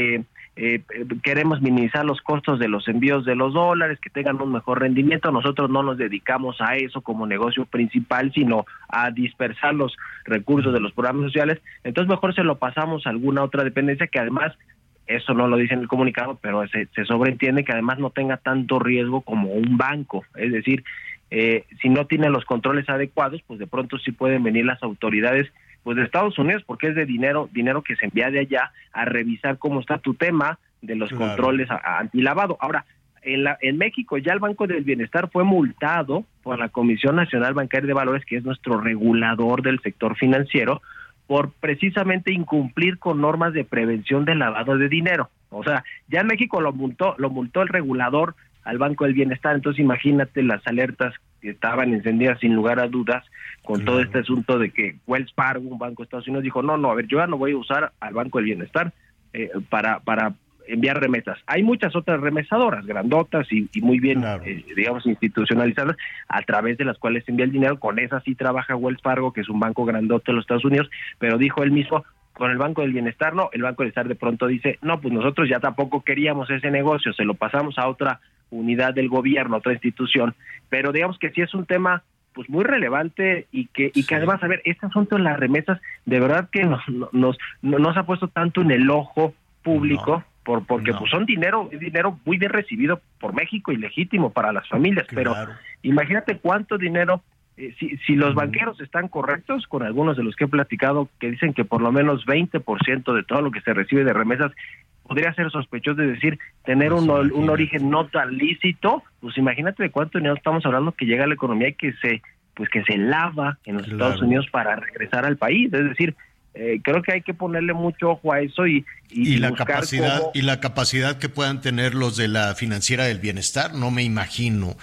queremos minimizar los costos de los envíos de los dólares, que tengan un mejor rendimiento. Nosotros no nos dedicamos a eso como negocio principal, sino a dispersar los recursos de los programas sociales. Entonces mejor se lo pasamos a alguna otra dependencia que además, eso no lo dice en el comunicado, pero se sobreentiende que además no tenga tanto riesgo como un banco. Es decir, si no tiene los controles adecuados, pues de pronto sí pueden venir las autoridades pues de Estados Unidos, porque es de dinero que se envía de allá a revisar cómo está tu tema de los controles antilavado. Ahora, en México ya el Banco del Bienestar fue multado por la Comisión Nacional Bancaria de Valores, que es nuestro regulador del sector financiero, por precisamente incumplir con normas de prevención del lavado de dinero. O sea, ya en México lo multó el regulador al Banco del Bienestar. Entonces imagínate las alertas que estaban encendidas sin lugar a dudas con todo este asunto de que Wells Fargo, un banco de Estados Unidos, dijo, no, a ver, yo ya no voy a usar al Banco del Bienestar para enviar remesas. Hay muchas otras remesadoras grandotas y muy bien, digamos, institucionalizadas, a través de las cuales se envía el dinero. Con esas sí trabaja Wells Fargo, que es un banco grandote de los Estados Unidos, pero dijo él mismo, con el Banco del Bienestar no. El Banco del Bienestar de pronto dice, no, pues nosotros ya tampoco queríamos ese negocio, se lo pasamos a otra unidad del gobierno, otra institución. Pero digamos que sí es un tema pues muy relevante y que además, a ver, este asunto de las remesas de verdad que nos ha puesto tanto en el ojo público, porque pues es dinero muy bien recibido por México y legítimo para las familias. Claro. Pero imagínate cuánto dinero, si los banqueros están correctos, con algunos de los que he platicado, que dicen que por lo menos 20% de todo lo que se recibe de remesas podría ser sospechoso, de decir, tener un origen no tan lícito. Pues imagínate de cuánto dinero estamos hablando que llega a la economía y que se lava en los Estados Unidos para regresar al país. Es decir, creo que hay que ponerle mucho ojo a eso y la capacidad que puedan tener los de la Financiera del Bienestar. No me imagino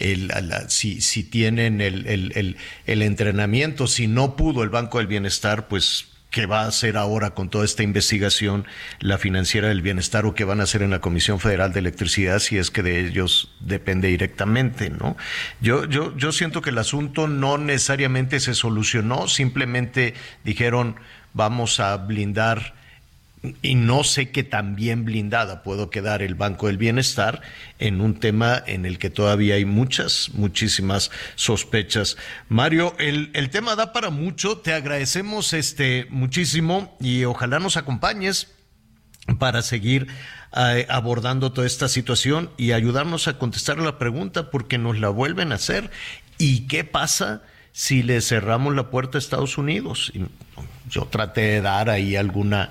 si tienen el entrenamiento. Si no pudo el Banco del Bienestar, pues ¿qué va a hacer ahora con toda esta investigación la Financiera del Bienestar, o qué van a hacer en la Comisión Federal de Electricidad, si es que de ellos depende directamente, ¿no? Yo siento que el asunto no necesariamente se solucionó, simplemente dijeron vamos a blindar, y no sé qué tan bien blindada puedo quedar el Banco del Bienestar en un tema en el que todavía hay muchísimas sospechas. Mario, el tema da para mucho, te agradecemos muchísimo y ojalá nos acompañes para seguir abordando toda esta situación y ayudarnos a contestar la pregunta, porque nos la vuelven a hacer. ¿Y qué pasa si le cerramos la puerta a Estados Unidos? Yo traté de dar ahí alguna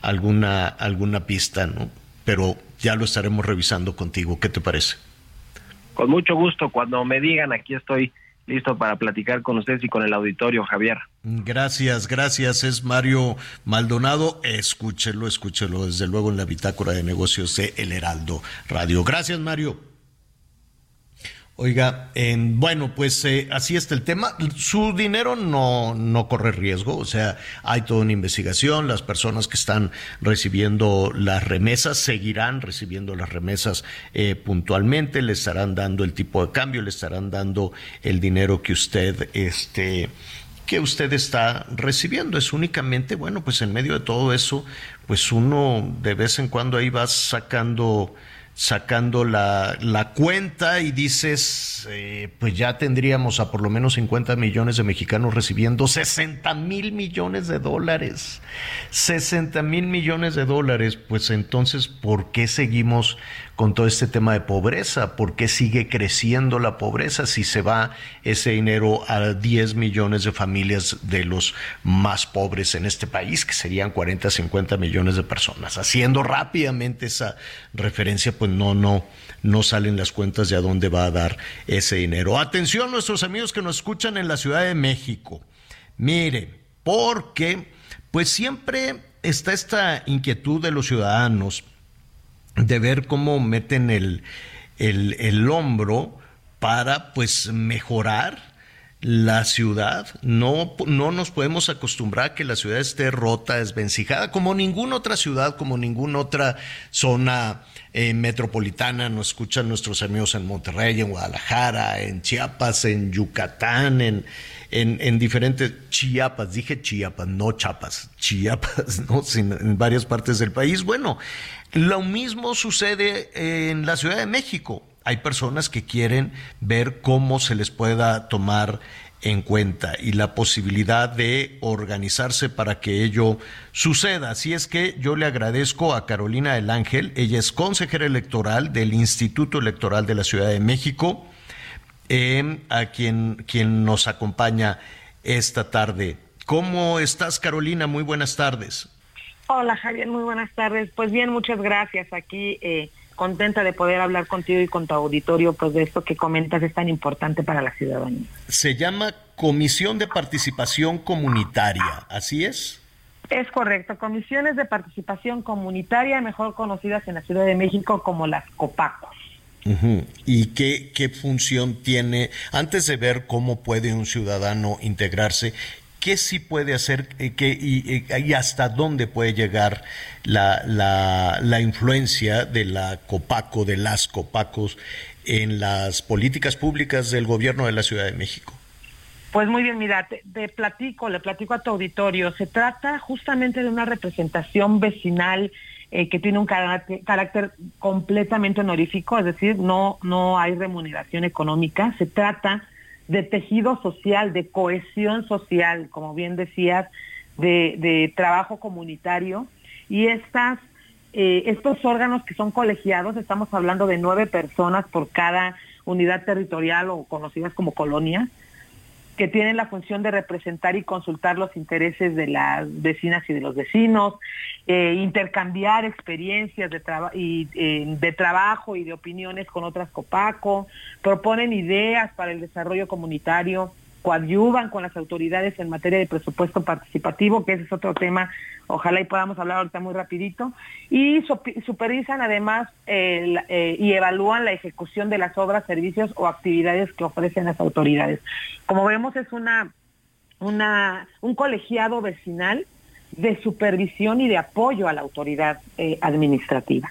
pista, ¿no? Pero ya lo estaremos revisando contigo. ¿Qué te parece? Con mucho gusto. Cuando me digan, aquí estoy listo para platicar con ustedes y con el auditorio, Javier. Gracias. Es Mario Maldonado. Escúchelo, desde luego, en la bitácora de negocios de El Heraldo Radio. Gracias, Mario. Oiga, bueno, pues así está el tema. Su dinero no corre riesgo, o sea, hay toda una investigación. Las personas que están recibiendo las remesas seguirán recibiendo las remesas puntualmente, le estarán dando el tipo de cambio, le estarán dando el dinero que usted está recibiendo. Es únicamente, bueno, pues en medio de todo eso, pues uno de vez en cuando ahí va sacando la cuenta y dices, pues ya tendríamos a por lo menos 50 millones de mexicanos recibiendo 60,000 millones de dólares. 60,000 millones de dólares, pues entonces, ¿por qué seguimos con todo este tema de pobreza? ¿Por qué sigue creciendo la pobreza si se va ese dinero a 10 millones de familias de los más pobres en este país, que serían 40, 50 millones de personas? Haciendo rápidamente esa referencia, pues no salen las cuentas de a dónde va a dar ese dinero. Atención, nuestros amigos que nos escuchan en la Ciudad de México. Mire, porque pues siempre está esta inquietud de los ciudadanos de ver cómo meten el hombro para pues mejorar la ciudad. No nos podemos acostumbrar a que la ciudad esté rota, desvencijada, como ninguna otra ciudad, como ninguna otra zona metropolitana. Nos escuchan nuestros amigos en Monterrey, en Guadalajara, en Chiapas, en Yucatán, en diferentes Chiapas, dije Chiapas, no Chiapas, ¿no? En varias partes del país. Bueno, lo mismo sucede en la Ciudad de México. Hay personas que quieren ver cómo se les pueda tomar en cuenta y la posibilidad de organizarse para que ello suceda. Así es que yo le agradezco a Carolina del Ángel. Ella es consejera electoral del Instituto Electoral de la Ciudad de México, a quien nos acompaña esta tarde. ¿Cómo estás, Carolina? Muy buenas tardes. Hola, Javier, muy buenas tardes. Pues bien, muchas gracias. Aquí contenta de poder hablar contigo y con tu auditorio, pues de esto que comentas es tan importante para la ciudadanía. Se llama Comisión de Participación Comunitaria, ¿así es? Es correcto, Comisiones de Participación Comunitaria, mejor conocidas en la Ciudad de México como las COPACOS. Uh-huh. ¿Y qué función tiene? Antes de ver cómo puede un ciudadano integrarse, ¿qué sí puede hacer y hasta dónde puede llegar la influencia de la COPACO, de las COPACOS, en las políticas públicas del gobierno de la Ciudad de México? Pues muy bien, mira, le platico a tu auditorio. Se trata justamente de una representación vecinal que tiene un carácter completamente honorífico, es decir, no hay remuneración económica. Se trata de tejido social, de cohesión social, como bien decías, de trabajo comunitario. Y estos órganos que son colegiados, estamos hablando de 9 personas por cada unidad territorial o conocidas como colonias, que tienen la función de representar y consultar los intereses de las vecinas y de los vecinos, intercambiar experiencias de trabajo y de opiniones con otras COPACO, proponen ideas para el desarrollo comunitario, coadyuvan con las autoridades en materia de presupuesto participativo, que ese es otro tema, ojalá y podamos hablar ahorita muy rapidito, y supervisan además y evalúan la ejecución de las obras, servicios o actividades que ofrecen las autoridades. Como vemos, es un colegiado vecinal de supervisión y de apoyo a la autoridad administrativa.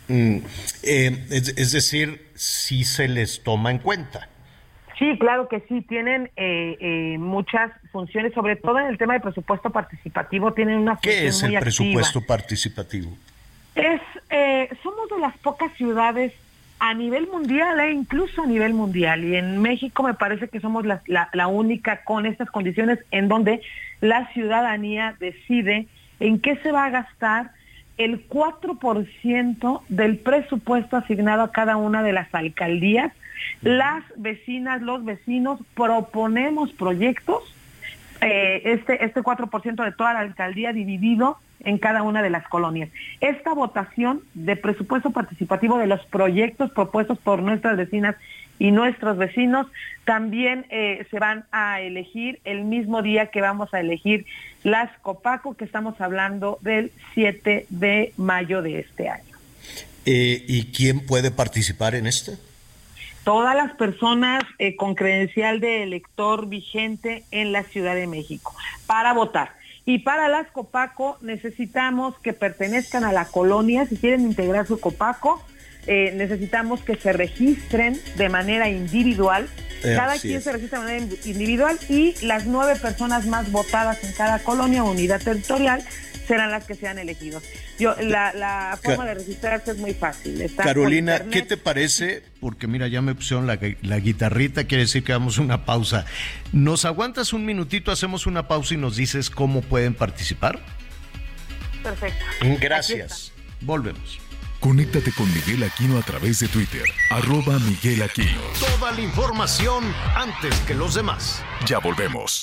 Es decir, sí se les toma en cuenta. Sí, claro que sí, tienen muchas funciones, sobre todo en el tema de presupuesto participativo, tienen una función muy activa. ¿Qué es el presupuesto participativo? Somos de las pocas ciudades a nivel mundial, incluso a nivel mundial, y en México me parece que somos la única con estas condiciones en donde la ciudadanía decide en qué se va a gastar el 4% del presupuesto asignado a cada una de las alcaldías. Las vecinas, los vecinos proponemos proyectos, este 4% de toda la alcaldía dividido en cada una de las colonias. Esta votación de presupuesto participativo de los proyectos propuestos por nuestras vecinas y nuestros vecinos también se van a elegir el mismo día que vamos a elegir las COPACO, que estamos hablando del 7 de mayo de este año. ¿Y quién puede participar en esto? todas las personas con credencial de elector vigente en la Ciudad de México para votar. Y para las Copaco necesitamos que pertenezcan a la colonia. Si quieren integrar su Copaco, necesitamos que se registren de manera individual. Cada quien se registra de manera individual y las 9 personas más votadas en cada colonia o unidad territorial serán las que sean elegidos. La forma de registrarse es muy fácil. Carolina, ¿qué te parece? Porque mira, ya me pusieron la guitarrita, quiere decir que damos una pausa. ¿Nos aguantas un minutito? Hacemos una pausa y nos dices cómo pueden participar. Perfecto. Gracias. Volvemos. Conéctate con Miguel Aquino a través de Twitter, @MiguelAquino. Toda la información antes que los demás. Ya volvemos.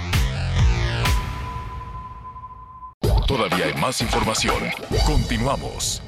Todavía hay más información. Continuamos.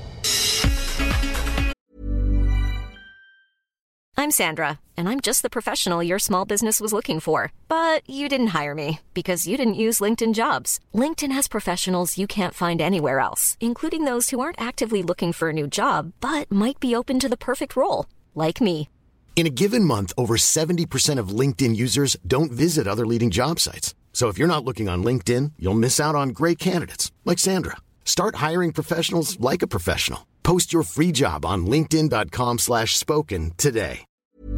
I'm Sandra, and I'm just the professional your small business was looking for. But you didn't hire me because you didn't use LinkedIn Jobs. LinkedIn has professionals you can't find anywhere else, including those who aren't actively looking for a new job, but might be open to the perfect role, like me. In a given month, over 70% of LinkedIn users don't visit other leading job sites. So if you're not looking on LinkedIn, you'll miss out on great candidates like Sandra. Start hiring professionals like a professional. Post your free job on linkedin.com/spoken today.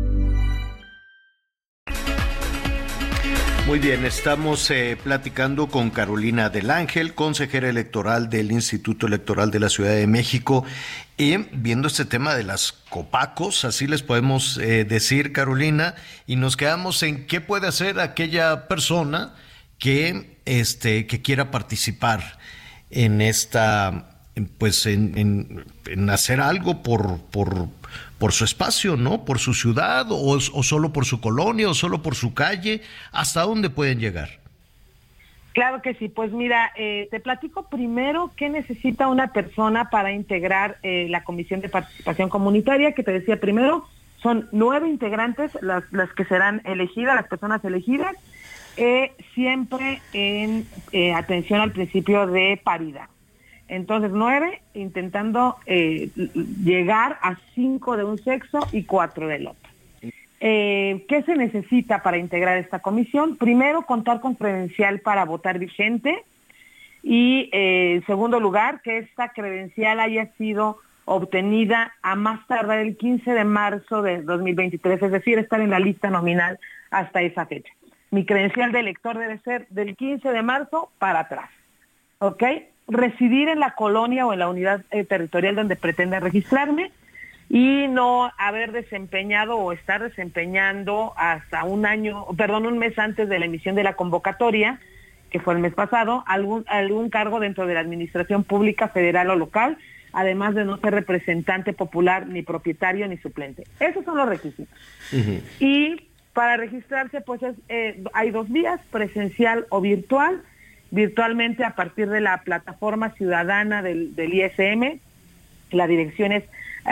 Muy bien, estamos platicando con Carolina del Ángel, consejera electoral del Instituto Electoral de la Ciudad de México, y viendo este tema de las Copacos, así les podemos decir, Carolina, y nos quedamos en qué puede hacer aquella persona que quiera participar en esta, pues en hacer algo por su espacio, ¿no? Por su ciudad, o solo por su colonia, o solo por su calle. ¿Hasta dónde pueden llegar? Claro que sí. Pues mira, te platico primero qué necesita una persona para integrar la Comisión de Participación Comunitaria, que te decía primero, son 9 integrantes las que serán elegidas, las personas elegidas, siempre en atención al principio de paridad. Entonces 9, intentando llegar a 5 de un sexo y 4 del otro. ¿Qué se necesita para integrar esta comisión? Primero, contar con credencial para votar vigente y, en segundo lugar, que esta credencial haya sido obtenida a más tardar el 15 de marzo de 2023, es decir, estar en la lista nominal hasta esa fecha. Mi credencial de elector debe ser del 15 de marzo para atrás, ¿ok? Residir en la colonia o en la unidad territorial donde pretenda registrarme y no haber desempeñado o estar desempeñando hasta un mes antes de la emisión de la convocatoria, que fue el mes pasado, algún cargo dentro de la administración pública federal o local, además de no ser representante popular, ni propietario, ni suplente. Esos son los requisitos. Uh-huh. Y para registrarse, pues hay 2 vías, presencial o virtual. Virtualmente a partir de la plataforma ciudadana del ISM, la dirección es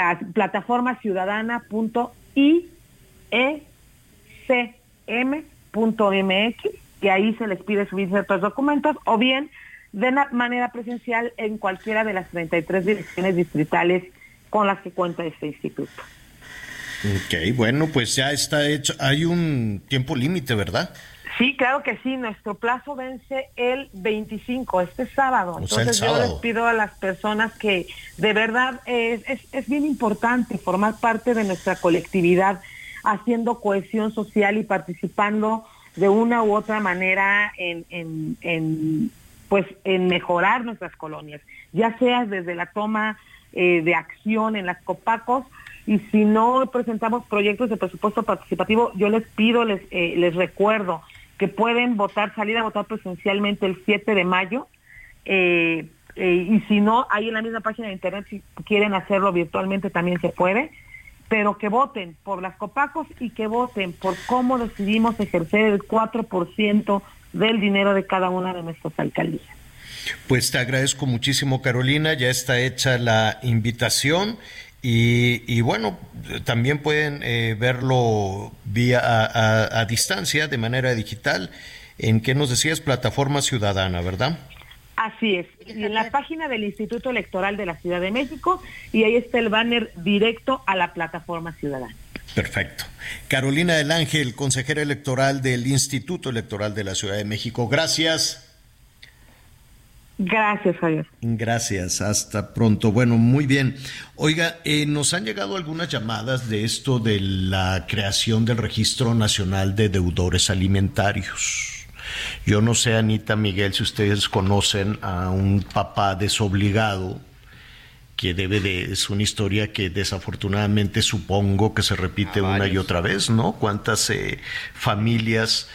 plataformaciudadana.iecm.mx, y ahí se les pide subir ciertos documentos, o bien de manera presencial en cualquiera de las 33 direcciones distritales con las que cuenta este instituto. Ok, bueno, pues ya está hecho. Hay un tiempo límite, ¿verdad? Sí, claro que sí. Nuestro plazo vence el 25, este sábado. Entonces yo les pido a las personas que de verdad es bien importante formar parte de nuestra colectividad, haciendo cohesión social y participando de una u otra manera en mejorar nuestras colonias, ya sea desde la toma de acción en las Copacos. Y si no presentamos proyectos de presupuesto participativo, yo les pido, les recuerdo que pueden salir a votar presencialmente el 7 de mayo, y si no, ahí en la misma página de internet, si quieren hacerlo virtualmente también se puede, pero que voten por las Copacos y que voten por cómo decidimos ejercer el 4% del dinero de cada una de nuestras alcaldías. Pues te agradezco muchísimo, Carolina, ya está hecha la invitación. Y bueno, también pueden verlo a distancia, de manera digital, en ¿qué nos decías? Plataforma Ciudadana, ¿verdad? Así es, y en la página del Instituto Electoral de la Ciudad de México, y ahí está el banner directo a la Plataforma Ciudadana. Perfecto. Carolina del Ángel, consejera electoral del Instituto Electoral de la Ciudad de México. Gracias. Gracias, Javier. Gracias, hasta pronto. Bueno, muy bien. Oiga, nos han llegado algunas llamadas de esto de la creación del Registro Nacional de Deudores Alimentarios. Yo no sé, Anita, Miguel, si ustedes conocen a un papá desobligado que es una historia que desafortunadamente supongo que se repite una y otra vez, ¿no? ¿Cuántas familias...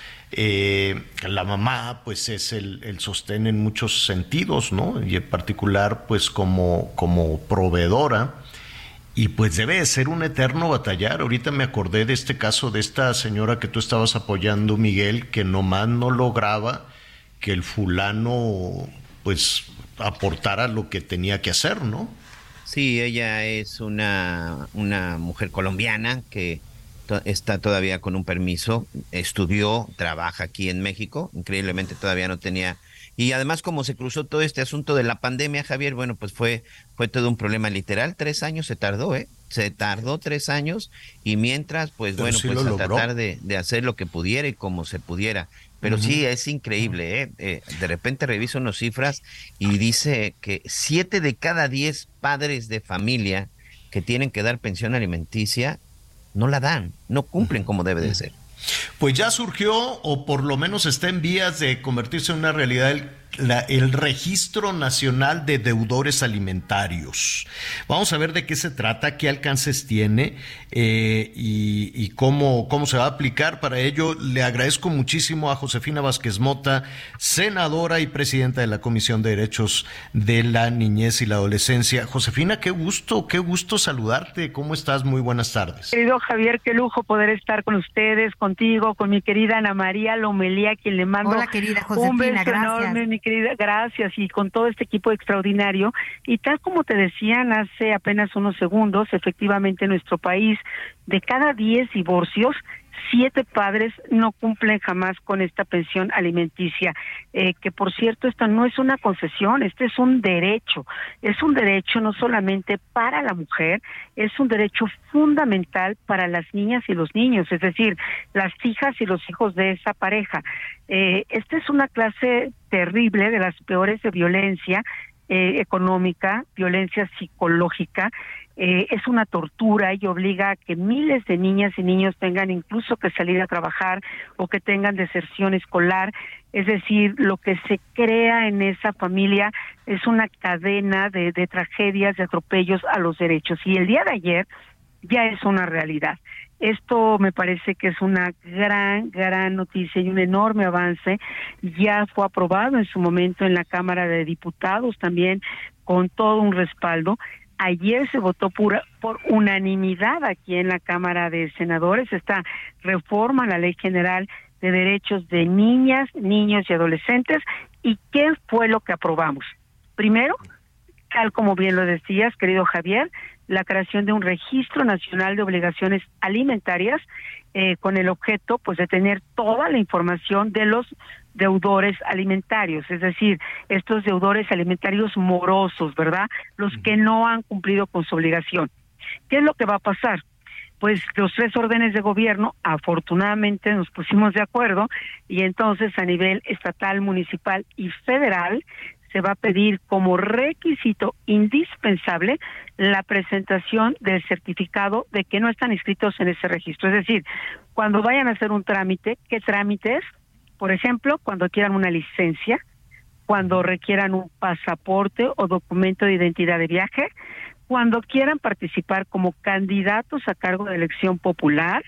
la mamá pues es el sostén en muchos sentidos, ¿no? Y en particular pues como proveedora, y pues debe de ser un eterno batallar. Ahorita me acordé de este caso de esta señora que tú estabas apoyando, Miguel, que nomás no lograba que el fulano pues aportara lo que tenía que hacer, ¿no? Sí, ella es una mujer colombiana que está todavía con un permiso, estudió, trabaja aquí en México, increíblemente todavía no tenía, y además como se cruzó todo este asunto de la pandemia, Javier, bueno, pues fue todo un problema literal. 3 años se tardó, se tardó 3 años, y mientras, pues pero bueno, sí pues a logró. tratar de hacer lo que pudiera y como se pudiera, pero sí es increíble, de repente reviso unas cifras y dice que 7 de cada 10 padres de familia que tienen que dar pensión alimenticia no la dan, no cumplen como debe de ser. Pues ya surgió, o por lo menos está en vías de convertirse en una realidad, el Registro Nacional de Deudores Alimentarios. Vamos a ver de qué se trata, qué alcances tiene y cómo se va a aplicar. Para ello le agradezco muchísimo a Josefina Vázquez Mota, senadora y presidenta de la Comisión de Derechos de la Niñez y la Adolescencia. Josefina, qué gusto saludarte. ¿Cómo estás? Muy buenas tardes. Querido Javier, qué lujo poder estar con ustedes, contigo, con mi querida Ana María Lomelía, quien le mando Hola, querida Josefina, un beso gracias. enorme, mi querida, gracias, y con todo este equipo extraordinario. Y tal como te decían hace apenas unos segundos, efectivamente en nuestro país, de cada 10 divorcios, 7 padres no cumplen jamás con esta pensión alimenticia, que por cierto, esta no es una concesión, este es un derecho no solamente para la mujer, es un derecho fundamental para las niñas y los niños, es decir, las hijas y los hijos de esa pareja. Esta es una clase terrible, de las peores de violencia económica, violencia psicológica. Es una tortura y obliga a que miles de niñas y niños tengan incluso que salir a trabajar o que tengan deserción escolar. Es decir, lo que se crea en esa familia es una cadena de tragedias, de atropellos a los derechos. Y el día de ayer ya es una realidad. Esto me parece que es una gran noticia y un enorme avance. Ya fue aprobado en su momento en la Cámara de Diputados también con todo un respaldo. Ayer se votó por unanimidad aquí en la Cámara de Senadores esta reforma a la Ley General de Derechos de Niñas, Niños y Adolescentes. ¿Y qué fue lo que aprobamos? Primero, tal como bien lo decías, querido Javier, la creación de un Registro Nacional de Obligaciones Alimentarias con el objeto pues de tener toda la información de los deudores alimentarios, es decir, estos deudores alimentarios morosos, ¿verdad? Los que no han cumplido con su obligación. ¿Qué es lo que va a pasar? Pues los 3 órdenes de gobierno, afortunadamente nos pusimos de acuerdo, y entonces a nivel estatal, municipal y federal se va a pedir como requisito indispensable la presentación del certificado de que no están inscritos en ese registro. Es decir, cuando vayan a hacer un trámite, ¿qué trámite es? Por ejemplo, cuando quieran una licencia, cuando requieran un pasaporte o documento de identidad de viaje, cuando quieran participar como candidatos a cargo de elección popular,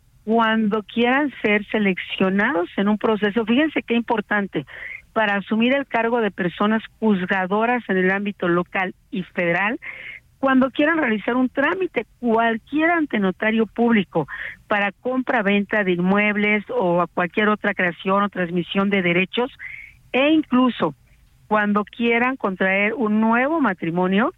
cuando quieran ser seleccionados en un proceso. Fíjense qué importante, para asumir el cargo de personas juzgadoras en el ámbito local y federal, cuando quieran realizar un trámite, cualquier ante notario público para compra-venta de inmuebles o a cualquier otra creación o transmisión de derechos, e incluso cuando quieran contraer un nuevo matrimonio,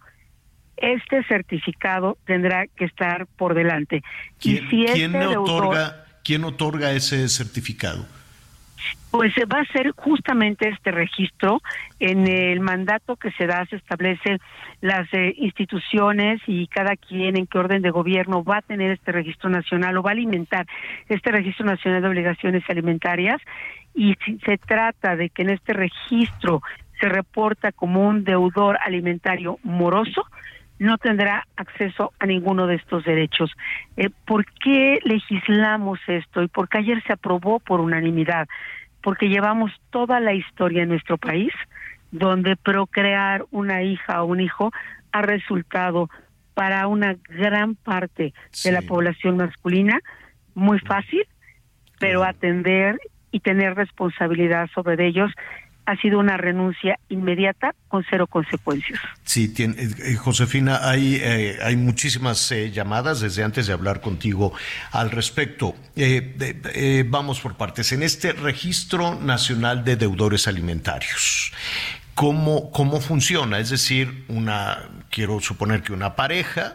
este certificado tendrá que estar por delante. ¿Quién otorga ese certificado? Pues va a ser justamente este registro. En el mandato que se da se establece las instituciones y cada quien en qué orden de gobierno va a tener este registro nacional o va a alimentar este registro nacional de obligaciones alimentarias, y si se trata de que en este registro se reporta como un deudor alimentario moroso, no tendrá acceso a ninguno de estos derechos. ¿Por qué legislamos esto? Y por qué ayer se aprobó por unanimidad. Porque llevamos toda la historia en nuestro país donde procrear una hija o un hijo ha resultado para una gran parte de la población masculina muy fácil, pero atender y tener responsabilidad sobre ellos ha sido una renuncia inmediata con cero consecuencias. Sí, Josefina, hay muchísimas llamadas desde antes de hablar contigo al respecto. Vamos por partes. En este Registro Nacional de Deudores Alimentarios, ¿cómo funciona? Es decir, quiero suponer que una pareja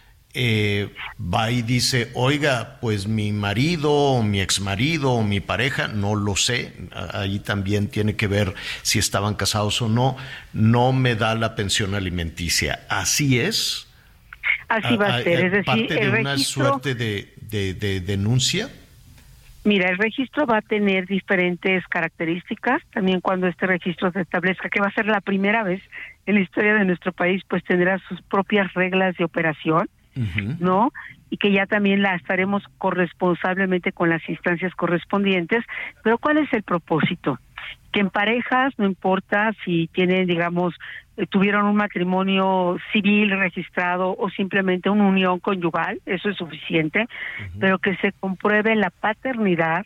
va y dice, oiga, pues mi marido o mi exmarido o mi pareja, no lo sé, ahí también tiene que ver si estaban casados o no me da la pensión alimenticia. ¿Así es? Así va a ser, es decir, ¿parte de una suerte de denuncia? Mira, el registro va a tener diferentes características. También cuando este registro se establezca, que va a ser la primera vez en la historia de nuestro país, pues tendrá sus propias reglas de operación, ¿no? Y que ya también la estaremos corresponsablemente con las instancias correspondientes. Pero ¿cuál es el propósito? Que en parejas, no importa si tienen, digamos, tuvieron un matrimonio civil registrado o simplemente una unión conyugal, eso es suficiente, pero que se compruebe la paternidad,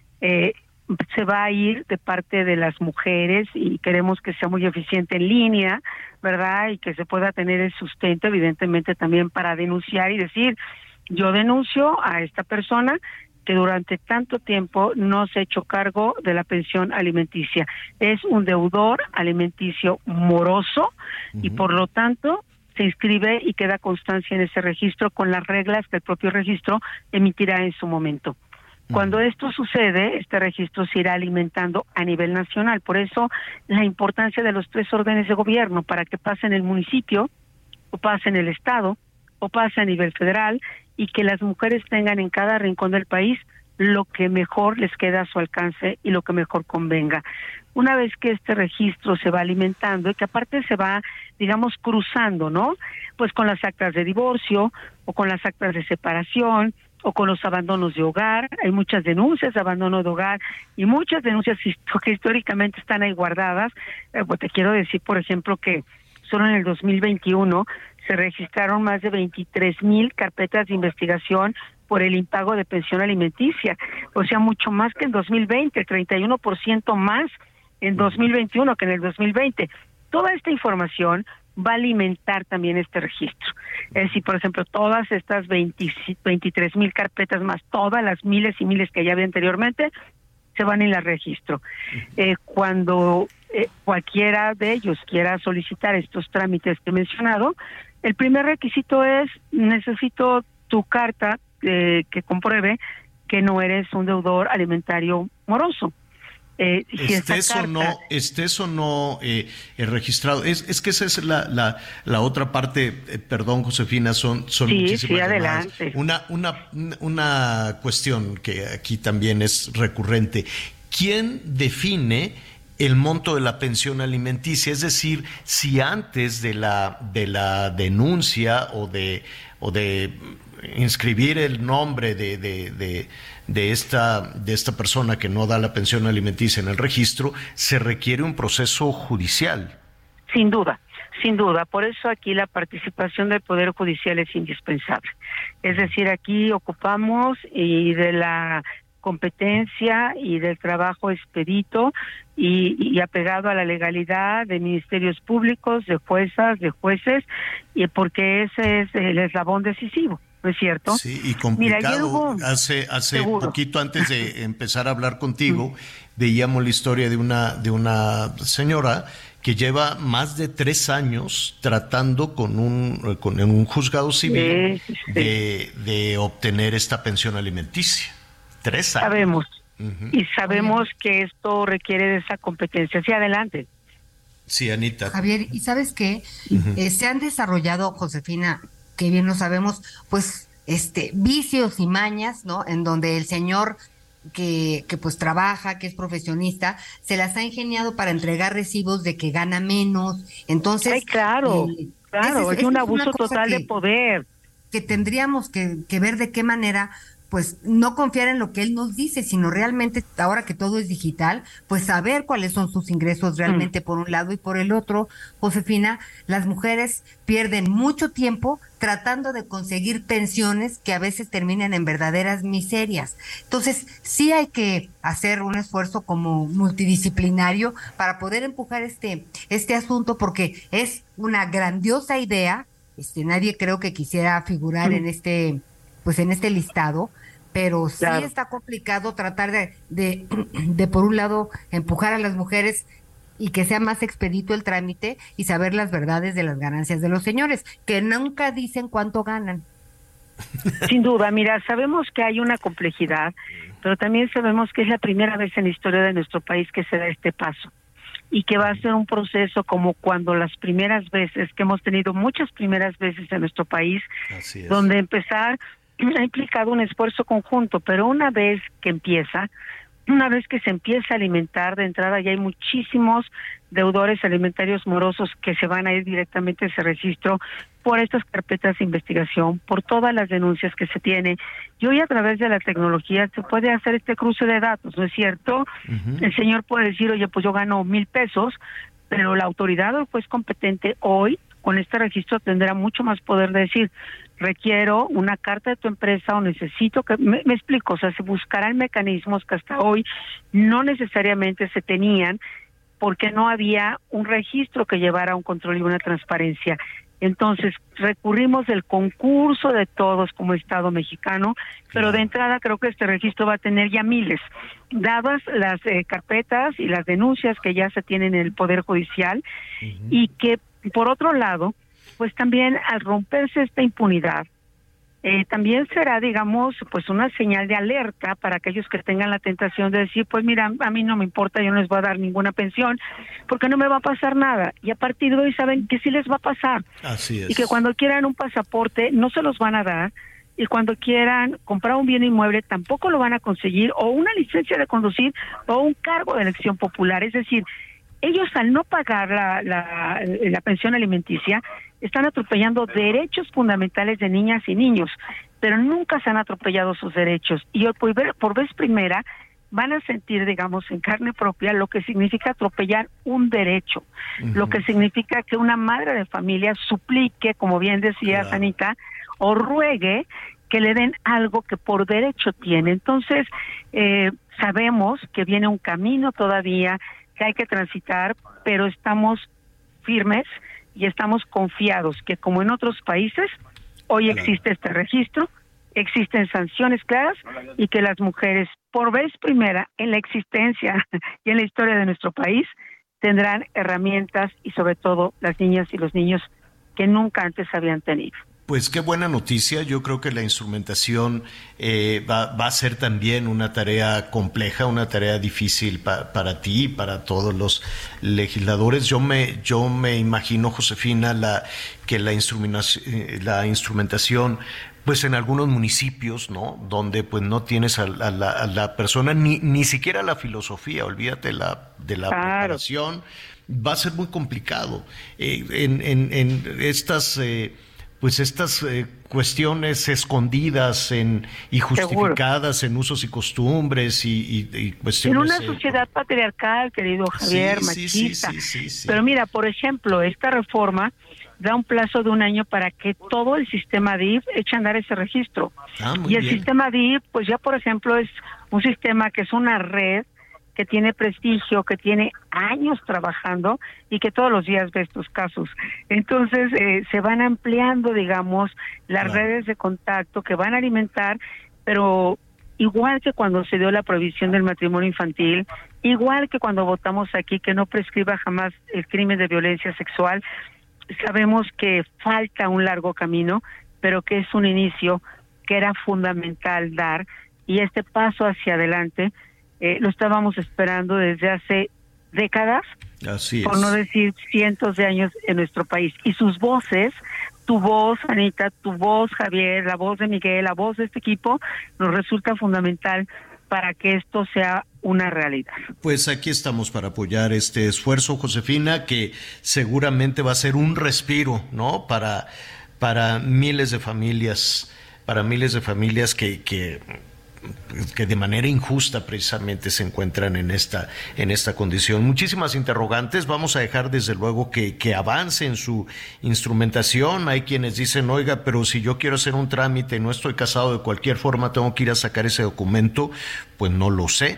se va a ir de parte de las mujeres y queremos que sea muy eficiente en línea, ¿verdad? Y que se pueda tener el sustento, evidentemente, también para denunciar y decir, yo denuncio a esta persona que durante tanto tiempo no se ha hecho cargo de la pensión alimenticia. Es un deudor alimenticio moroso y por lo tanto se inscribe y queda constancia en ese registro con las reglas que el propio registro emitirá en su momento. Cuando esto sucede, este registro se irá alimentando a nivel nacional. Por eso la importancia de los 3 órdenes de gobierno, para que pase en el municipio, o pase en el estado, o pase a nivel federal, y que las mujeres tengan en cada rincón del país lo que mejor les queda a su alcance y lo que mejor convenga. Una vez que este registro se va alimentando y que aparte se va, digamos, cruzando, ¿no? Pues con las actas de divorcio o con las actas de separación o con los abandonos de hogar. Hay muchas denuncias de abandono de hogar y muchas denuncias que históricamente están ahí guardadas. Pues te quiero decir, por ejemplo, que solo en el 2021 se registraron más de 23,000 carpetas de investigación por el impago de pensión alimenticia, o sea, mucho más que en 2020, 31% más en 2021 que en el 2020. Toda esta información va a alimentar también este registro. Es decir, por ejemplo, todas estas 23,000 carpetas más todas las miles y miles que ya había anteriormente se van en el registro. Cuando cualquiera de ellos quiera solicitar estos trámites que he mencionado, el primer requisito es, necesito tu carta que compruebe que no eres un deudor alimentario moroso. Estés o no registrado. Es que esa es la otra parte, perdón, Josefina, son muchísimas sí, adelante. Una cuestión que aquí también es recurrente. ¿Quién define el monto de la pensión alimenticia? Es decir, si antes de la denuncia o de inscribir el nombre de esta persona que no da la pensión alimenticia en el registro, se requiere un proceso judicial. Sin duda. Por eso aquí la participación del Poder Judicial es indispensable. Es decir, aquí ocupamos y de la competencia y del trabajo expedito y apegado a la legalidad de ministerios públicos, de juezas, de jueces, y porque ese es el eslabón decisivo, ¿no es cierto? Sí, y complicado. Mira, hace poquito antes de empezar a hablar contigo, veíamos la historia de una señora que lleva más de 3 años tratando con un juzgado civil de obtener esta pensión alimenticia. 3 años. y sabemos que esto requiere de esa competencia. Sí, adelante. Sí, Anita. Javier, ¿y sabes qué? Se han desarrollado, Josefina, que bien lo sabemos, pues vicios y mañas, ¿no? En donde el señor que pues trabaja, que es profesionista, se las ha ingeniado para entregar recibos de que gana menos. Entonces, ay, claro, es un abuso total de poder. Que tendríamos que ver de qué manera, pues no confiar en lo que él nos dice, sino realmente, ahora que todo es digital, pues saber cuáles son sus ingresos realmente por un lado, y por el otro, Josefina, las mujeres pierden mucho tiempo tratando de conseguir pensiones que a veces terminan en verdaderas miserias. Entonces, sí hay que hacer un esfuerzo como multidisciplinario para poder empujar este asunto, porque es una grandiosa idea. Nadie creo que quisiera figurar en este listado, pero sí está complicado tratar de por un lado empujar a las mujeres y que sea más expedito el trámite y saber las verdades de las ganancias de los señores, que nunca dicen cuánto ganan. Sin duda, mira, sabemos que hay una complejidad, pero también sabemos que es la primera vez en la historia de nuestro país que se da este paso, y que va a ser un proceso como cuando las primeras veces, que hemos tenido muchas primeras veces en nuestro país, donde empezar ha implicado un esfuerzo conjunto, pero una vez que se empieza a alimentar de entrada, ya hay muchísimos deudores alimentarios morosos que se van a ir directamente a ese registro por estas carpetas de investigación, por todas las denuncias que se tiene. Y hoy a través de la tecnología se puede hacer este cruce de datos, ¿no es cierto? El señor puede decir, oye, pues yo gano 1,000 pesos, pero la autoridad o el juez competente hoy con este registro tendrá mucho más poder de decir, requiero una carta de tu empresa o necesito que... Me explico, o sea, se buscarán mecanismos que hasta hoy no necesariamente se tenían porque no había un registro que llevara un control y una transparencia. Entonces, recurrimos del concurso de todos como Estado mexicano, pero de entrada creo que este registro va a tener ya miles, dadas las carpetas y las denuncias que ya se tienen en el Poder Judicial, y que, por otro lado, pues también al romperse esta impunidad, también será, digamos, pues una señal de alerta para aquellos que tengan la tentación de decir, pues mira, a mí no me importa, yo no les voy a dar ninguna pensión, porque no me va a pasar nada. Y a partir de hoy saben que sí les va a pasar. Así es. Y que cuando quieran un pasaporte no se los van a dar, y cuando quieran comprar un bien inmueble tampoco lo van a conseguir, o una licencia de conducir, o un cargo de elección popular. Es decir, ellos al no pagar la pensión alimenticia están atropellando derechos fundamentales de niñas y niños, pero nunca se han atropellado sus derechos. Y hoy por vez primera van a sentir, digamos, en carne propia lo que significa atropellar un derecho, lo que significa que una madre de familia suplique, como bien decía Anita, o ruegue que le den algo que por derecho tiene. Entonces, sabemos que viene un camino todavía que hay que transitar, pero estamos firmes y estamos confiados que, como en otros países, hoy existe este registro, existen sanciones claras, y que las mujeres, por vez primera en la existencia y en la historia de nuestro país, tendrán herramientas, y sobre todo las niñas y los niños que nunca antes habían tenido. Pues qué buena noticia. Yo creo que la instrumentación va a ser también una tarea compleja, una tarea difícil para ti y para todos los legisladores. Yo me imagino, Josefina, que la instrumentación, pues en algunos municipios, ¿no? Donde pues no tienes a la persona, ni siquiera la filosofía, olvídate de la preparación, va a ser muy complicado. En estas... pues estas cuestiones escondidas y justificadas en usos y costumbres y cuestiones... En una sociedad patriarcal, querido Javier, machista. Sí. Pero mira, por ejemplo, esta reforma da un plazo de 1 año para que todo el sistema DIF eche a andar ese registro. Y el sistema DIF, pues ya por ejemplo, es un sistema que es una red que tiene prestigio, que tiene años trabajando y que todos los días ve estos casos. Entonces, se van ampliando, digamos, las redes de contacto que van a alimentar, pero igual que cuando se dio la prohibición del matrimonio infantil, igual que cuando votamos aquí que no prescriba jamás el crimen de violencia sexual, sabemos que falta un largo camino, pero que es un inicio que era fundamental dar, y este paso hacia adelante lo estábamos esperando desde hace décadas, Así es. por no decir cientos de años en nuestro país. Y sus voces, tu voz, Anita, tu voz, Javier, la voz de Miguel, la voz de este equipo, nos resulta fundamental para que esto sea una realidad. Pues aquí estamos para apoyar este esfuerzo, Josefina, que seguramente va a ser un respiro, ¿no? Para miles de familias, que de manera injusta precisamente se encuentran en esta condición. Muchísimas interrogantes. Vamos a dejar desde luego que avance en su instrumentación. Hay quienes dicen, oiga, pero si yo quiero hacer un trámite y no estoy casado, de cualquier forma tengo que ir a sacar ese documento. Pues no lo sé.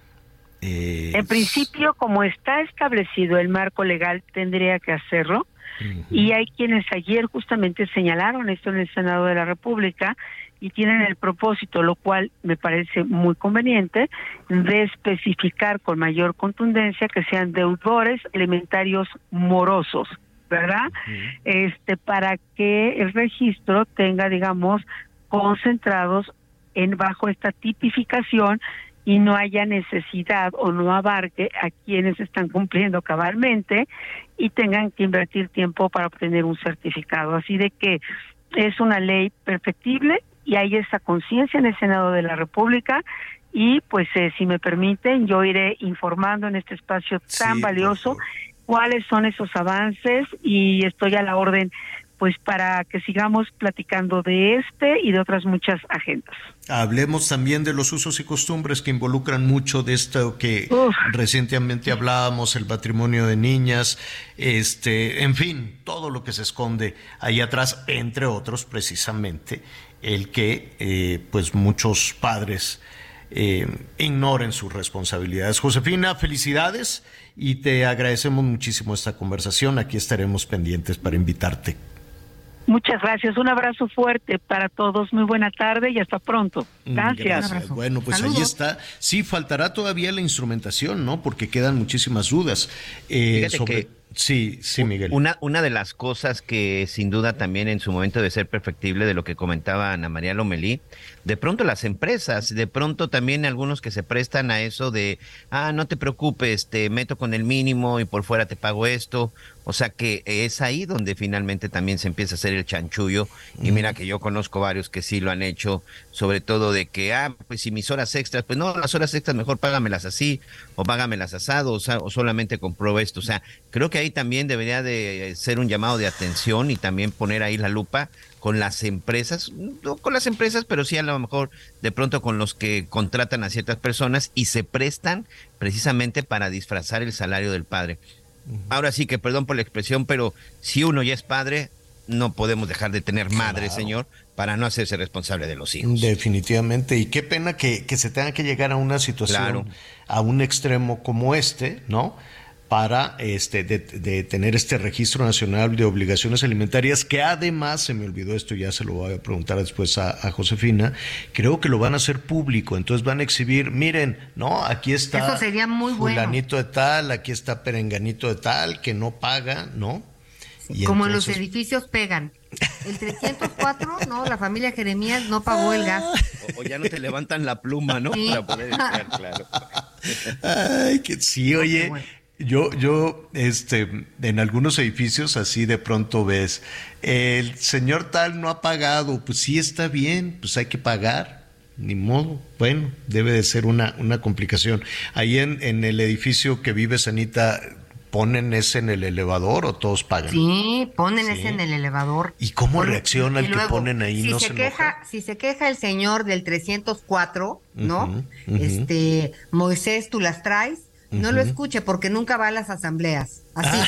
En principio, como está establecido el marco legal, tendría que hacerlo. Uh-huh. Y hay quienes ayer justamente señalaron esto en el Senado de la República y tienen el propósito, lo cual me parece muy conveniente, de especificar con mayor contundencia que sean deudores alimentarios morosos, ¿verdad? Uh-huh. Para que el registro tenga, digamos, concentrados bajo esta tipificación y no haya necesidad o no abarque a quienes están cumpliendo cabalmente y tengan que invertir tiempo para obtener un certificado. Así de que es una ley perfectible y hay esa conciencia en el Senado de la República y pues si me permiten yo iré informando en este espacio tan valioso cuáles son esos avances y estoy a la orden pues para que sigamos platicando de este y de otras muchas agendas. Hablemos también de los usos y costumbres que involucran mucho de esto que recientemente hablábamos, el matrimonio de niñas, en fin, todo lo que se esconde ahí atrás, entre otros precisamente el que pues muchos padres ignoren sus responsabilidades. Josefina, felicidades y te agradecemos muchísimo esta conversación. Aquí estaremos pendientes para invitarte. Muchas gracias, un abrazo fuerte para todos, muy buena tarde y hasta pronto. Gracias. Bueno, pues Saludos. Ahí está. Sí, faltará todavía la instrumentación, ¿no? Porque quedan muchísimas dudas. Fíjate que Sí, Miguel. Una de las cosas que sin duda también en su momento debe ser perfectible, de lo que comentaba Ana María Lomelí, de pronto las empresas, de pronto también algunos que se prestan a eso de, no te preocupes, te meto con el mínimo y por fuera te pago esto. O sea que es ahí donde finalmente también se empieza a hacer el chanchullo. Y mira que yo conozco varios que sí lo han hecho, sobre todo de que, pues si mis horas extras, pues no, las horas extras mejor págamelas así, o págamelas asado, o solamente compro esto. O sea, creo que ahí también debería de ser un llamado de atención y también poner ahí la lupa con las empresas, no con las empresas, pero sí a lo mejor de pronto con los que contratan a ciertas personas y se prestan precisamente para disfrazar el salario del padre. Ahora sí que perdón por la expresión, pero si uno ya es padre, no podemos dejar de tener madre, señor, para no hacerse responsable de los hijos. Definitivamente, y qué pena que se tenga que llegar a una situación, a un extremo como ¿no? Para de tener este registro nacional de obligaciones alimentarias, que además, se me olvidó esto, ya se lo voy a preguntar después a Josefina, creo que lo van a hacer público, entonces van a exhibir, miren, no, aquí está eso sería muy fulanito de tal, aquí está perenganito de tal, que no paga, ¿no? Y como entonces, en los edificios pegan. El 304, no, la familia Jeremías no pagó el gas. O ya no te levantan la pluma, ¿no? Sí. Para poder entrar, claro. Ay, que sí, oye. Bueno. Yo, en algunos edificios así de pronto ves, el señor tal no ha pagado, pues sí está bien, pues hay que pagar, ni modo, bueno, debe de ser una complicación. Ahí en el edificio que vives, Anita, ¿ponen ese en el elevador o todos pagan? Sí, ponen ese en el elevador. ¿Y cómo reacciona el que ponen ahí? Si no se enoja. Si se queja el señor del 304, ¿no? Moisés, ¿tú las traes? No lo escuche porque nunca va a las asambleas.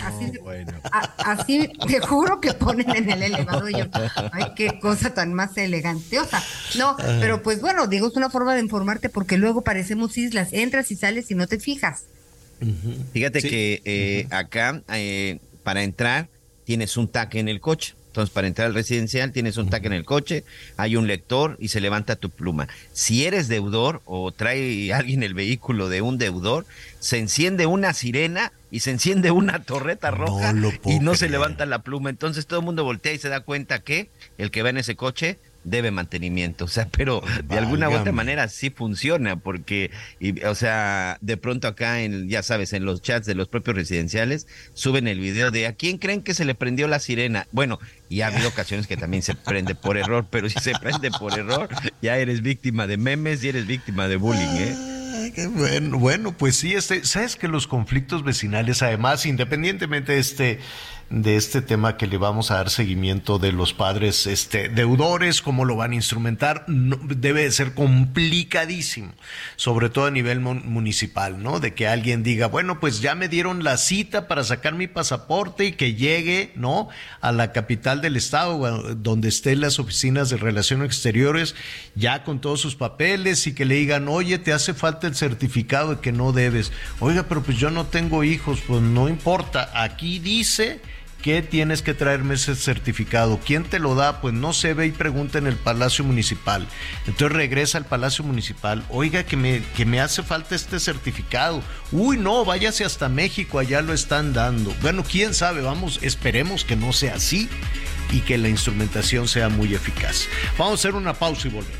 Así te juro que ponen en el elevador. Y yo, ay, qué cosa tan más eleganteosa. No, pero pues bueno, digo, es una forma de informarte porque luego parecemos islas. Entras y sales y no te fijas. Fíjate que acá, para entrar, tienes un tag en el coche. Entonces, para entrar al residencial tienes un tag en el coche, hay un lector y se levanta tu pluma. Si eres deudor o trae alguien el vehículo de un deudor, se enciende una sirena y se enciende una torreta roja y no se levanta la pluma. Entonces todo el mundo voltea y se da cuenta que el que va en ese coche debe mantenimiento, o sea, pero de alguna u otra manera sí funciona, porque, o sea, de pronto acá ya sabes, en los chats de los propios residenciales, suben el video de ¿a quién creen que se le prendió la sirena? Bueno, y ha habido ocasiones que también se prende por error, pero si se prende por error, ya eres víctima de memes y eres víctima de bullying, Qué bueno, pues sí, sabes que los conflictos vecinales, además, independientemente de este tema que le vamos a dar seguimiento de los padres deudores, cómo lo van a instrumentar, debe de ser complicadísimo, sobre todo a nivel municipal, ¿no? De que alguien diga, bueno, pues ya me dieron la cita para sacar mi pasaporte y que llegue, ¿no?, a la capital del estado, donde estén las oficinas de Relaciones Exteriores, ya con todos sus papeles, y que le digan, oye, te hace falta el certificado de que no debes. Oiga, pero pues yo no tengo hijos. Pues no importa, aquí dice que tienes que traerme ese certificado. ¿Quién te lo da? Pues no se ve, y pregunta en el Palacio Municipal. Entonces regresa al Palacio Municipal, oiga, que me hace falta este certificado. Uy, no, váyase hasta México, allá lo están dando. Bueno, quién sabe, esperemos que no sea así y que la instrumentación sea muy eficaz. Vamos a hacer una pausa y volvemos.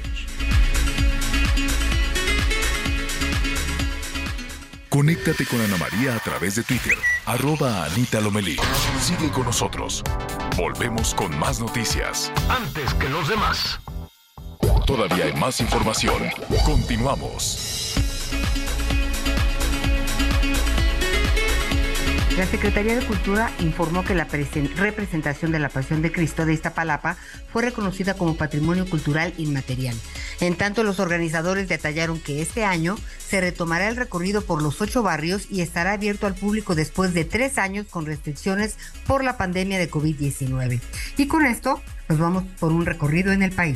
Conéctate con Ana María a través de Twitter, @AnitaLomelí. Sigue con nosotros. Volvemos con más noticias. Antes que los demás. Todavía hay más información. Continuamos. La Secretaría de Cultura informó que la representación de la Pasión de Cristo de Iztapalapa fue reconocida como Patrimonio Cultural Inmaterial. En tanto, los organizadores detallaron que este año se retomará el recorrido por los 8 barrios y estará abierto al público después de 3 años con restricciones por la pandemia de COVID-19. Y con esto, nos vamos por un recorrido en el país.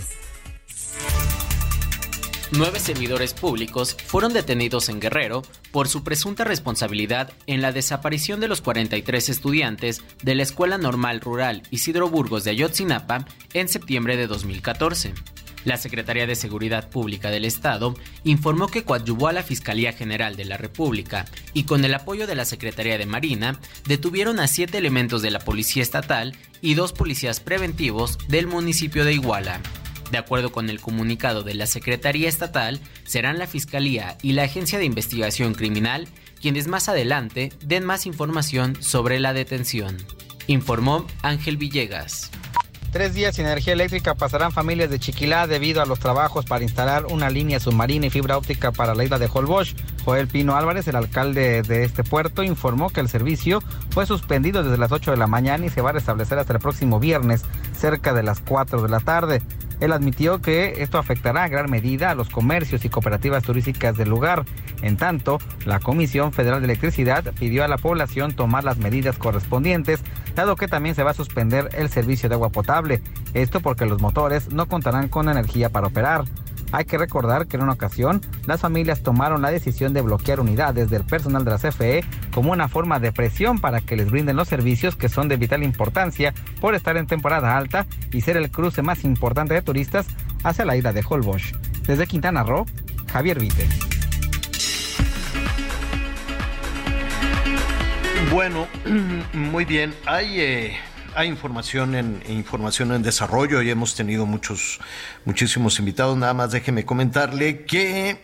9 servidores públicos fueron detenidos en Guerrero por su presunta responsabilidad en la desaparición de los 43 estudiantes de la Escuela Normal Rural Isidro Burgos de Ayotzinapa en septiembre de 2014. La Secretaría de Seguridad Pública del Estado informó que coadyuvó a la Fiscalía General de la República y con el apoyo de la Secretaría de Marina detuvieron a 7 elementos de la Policía Estatal y 2 policías preventivos del municipio de Iguala. De acuerdo con el comunicado de la Secretaría Estatal, serán la Fiscalía y la Agencia de Investigación Criminal quienes más adelante den más información sobre la detención. Informó Ángel Villegas. 3 días sin energía eléctrica pasarán familias de Chiquilá debido a los trabajos para instalar una línea submarina y fibra óptica para la isla de Holbox. Joel Pino Álvarez, el alcalde de este puerto, informó que el servicio fue suspendido desde las 8 de la mañana y se va a restablecer hasta el próximo viernes, cerca de las 4 de la tarde. Él admitió que esto afectará en gran medida a los comercios y cooperativas turísticas del lugar. En tanto, la Comisión Federal de Electricidad pidió a la población tomar las medidas correspondientes, dado que también se va a suspender el servicio de agua potable. Esto porque los motores no contarán con energía para operar. Hay que recordar que en una ocasión las familias tomaron la decisión de bloquear unidades del personal de la CFE como una forma de presión para que les brinden los servicios que son de vital importancia por estar en temporada alta y ser el cruce más importante de turistas hacia la isla de Holbox. Desde Quintana Roo, Javier Vite. Bueno, muy bien. Hay información en desarrollo y hemos tenido muchísimos invitados. Nada más déjeme comentarle que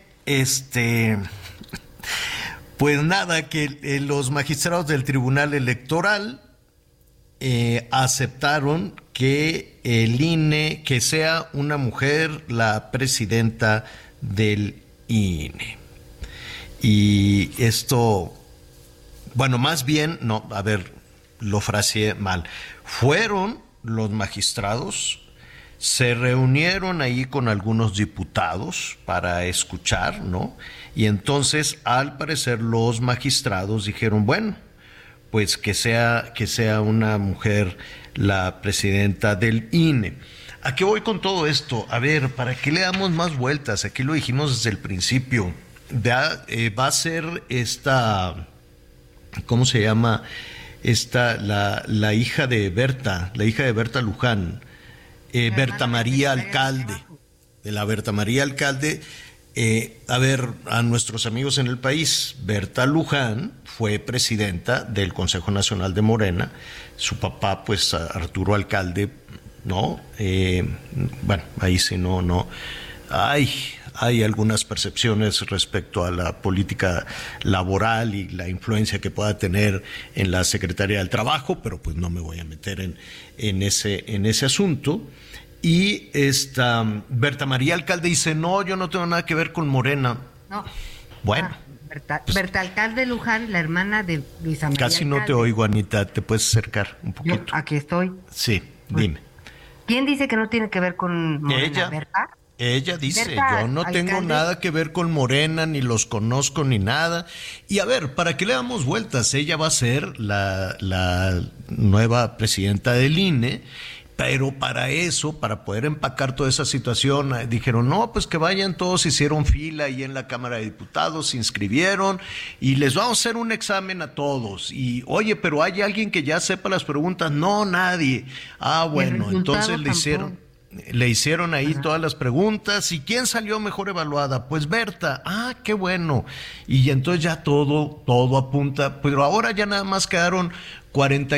pues nada, que los magistrados del Tribunal Electoral aceptaron que el INE, que sea una mujer la presidenta del INE. Y esto, bueno, más bien, no, a ver, lo fraseé mal. Fueron los magistrados, se reunieron ahí con algunos diputados para escuchar, ¿no? Y entonces, al parecer, los magistrados dijeron, bueno, pues que sea una mujer la presidenta del INE. ¿A qué voy con todo esto? A ver, ¿para qué le damos más vueltas? Aquí lo dijimos desde el principio. Va a ser esta, ¿cómo se llama? La hija de Berta Luján, Berta María Alcalde, de la Berta María Alcalde. A ver, a nuestros amigos en el país, Berta Luján fue presidenta del Consejo Nacional de Morena, su papá, pues Arturo Alcalde, ¿no? Bueno, ahí sí no. Hay algunas percepciones respecto a la política laboral y la influencia que pueda tener en la Secretaría del Trabajo, pero pues no me voy a meter en ese asunto. Y Berta María Alcalde dice, no, yo no tengo nada que ver con Morena. No. Bueno. Berta Alcalde Luján, la hermana de Luisa María Casi no Alcalde. te oigo, Anita, ¿te puedes acercar un poquito? Yo aquí estoy. Sí, dime. ¿Quién dice que no tiene que ver con Morena? ¿Berta? Ella dice, Berta yo no tengo Alcalde. nada que ver con Morena, ni los conozco, ni nada. Y a ver, para que le damos vueltas, ella va a ser la nueva presidenta del INE, pero para eso, para poder empacar toda esa situación, dijeron, no, pues que vayan todos, hicieron fila ahí en la Cámara de Diputados, se inscribieron y les vamos a hacer un examen a todos. Y, oye, pero ¿hay alguien que ya sepa las preguntas? No, nadie. Ah, bueno, entonces le hicieron ahí todas las preguntas. ¿Y quién salió mejor evaluada? Pues Berta. Ah, qué bueno. Y entonces ya todo apunta, pero ahora ya nada más quedaron 40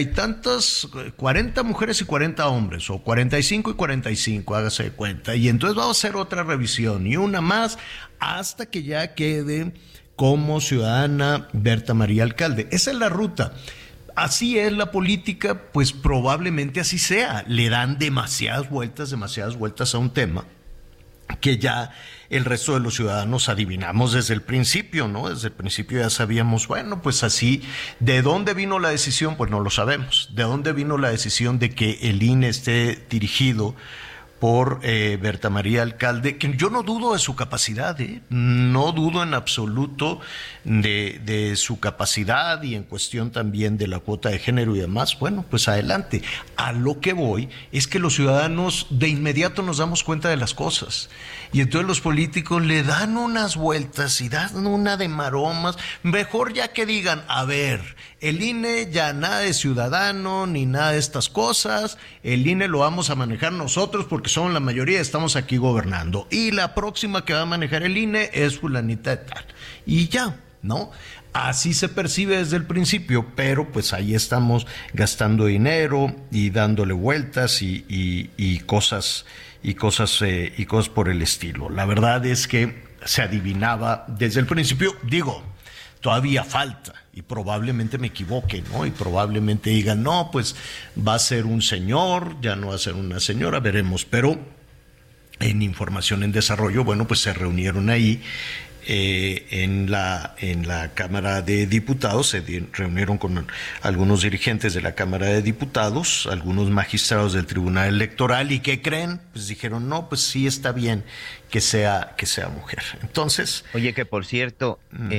mujeres y 40 hombres, o 45 y 45, hágase de cuenta. Y entonces vamos a hacer otra revisión y una más hasta que ya quede como ciudadana Berta María Alcalde. Esa es la ruta. Así es la política, pues probablemente así sea. Le dan demasiadas vueltas a un tema que ya el resto de los ciudadanos adivinamos desde el principio, ¿no? Desde el principio ya sabíamos, bueno, pues así. ¿De dónde vino la decisión? Pues no lo sabemos. ¿De dónde vino la decisión de que el INE esté dirigido por Berta María Alcalde? Que yo no dudo de su capacidad, no dudo en absoluto de su capacidad, y en cuestión también de la cuota de género y demás. Bueno, pues adelante. A lo que voy es que los ciudadanos de inmediato nos damos cuenta de las cosas, y entonces los políticos le dan unas vueltas y dan una de maromas. Mejor ya que digan, a ver, el INE ya nada de ciudadano ni nada de estas cosas, el INE lo vamos a manejar nosotros porque somos la mayoría, estamos aquí gobernando, y la próxima que va a manejar el INE es fulanita de tal, y ya, ¿no? Así se percibe desde el principio, pero pues ahí estamos gastando dinero y dándole vueltas y cosas por el estilo. La verdad es que se adivinaba desde el principio. Digo, todavía falta, y probablemente me equivoque, ¿no? Y probablemente digan, no, pues va a ser un señor, ya no va a ser una señora, veremos. Pero en Información en Desarrollo, bueno, pues se reunieron ahí en la Cámara de Diputados, se reunieron con algunos dirigentes de la Cámara de Diputados, algunos magistrados del Tribunal Electoral, y ¿qué creen? Pues dijeron, no, pues sí está bien que sea mujer. Entonces, oye, que por cierto,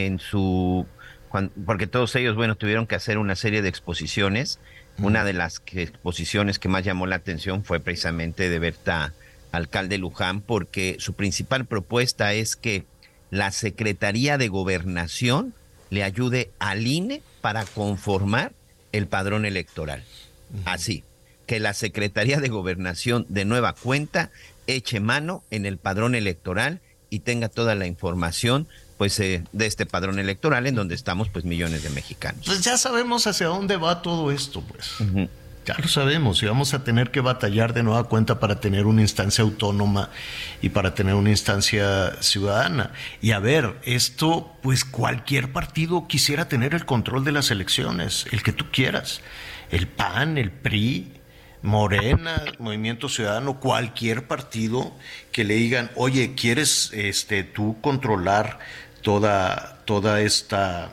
porque todos ellos, bueno, tuvieron que hacer una serie de exposiciones. Una de las exposiciones que más llamó la atención fue precisamente de Berta Alcalde Luján, porque su principal propuesta es que la Secretaría de Gobernación le ayude al INE para conformar el padrón electoral. Así, que la Secretaría de Gobernación de nueva cuenta eche mano en el padrón electoral y tenga toda la información, pues, de este padrón electoral en donde estamos, pues, millones de mexicanos. Pues ya sabemos hacia dónde va todo esto, pues. Ya lo sabemos, y vamos a tener que batallar de nueva cuenta para tener una instancia autónoma y para tener una instancia ciudadana. Y a ver, esto, pues cualquier partido quisiera tener el control de las elecciones, el que tú quieras. El PAN, el PRI, Morena, Movimiento Ciudadano, cualquier partido que le digan, oye, ¿quieres tú controlar toda esta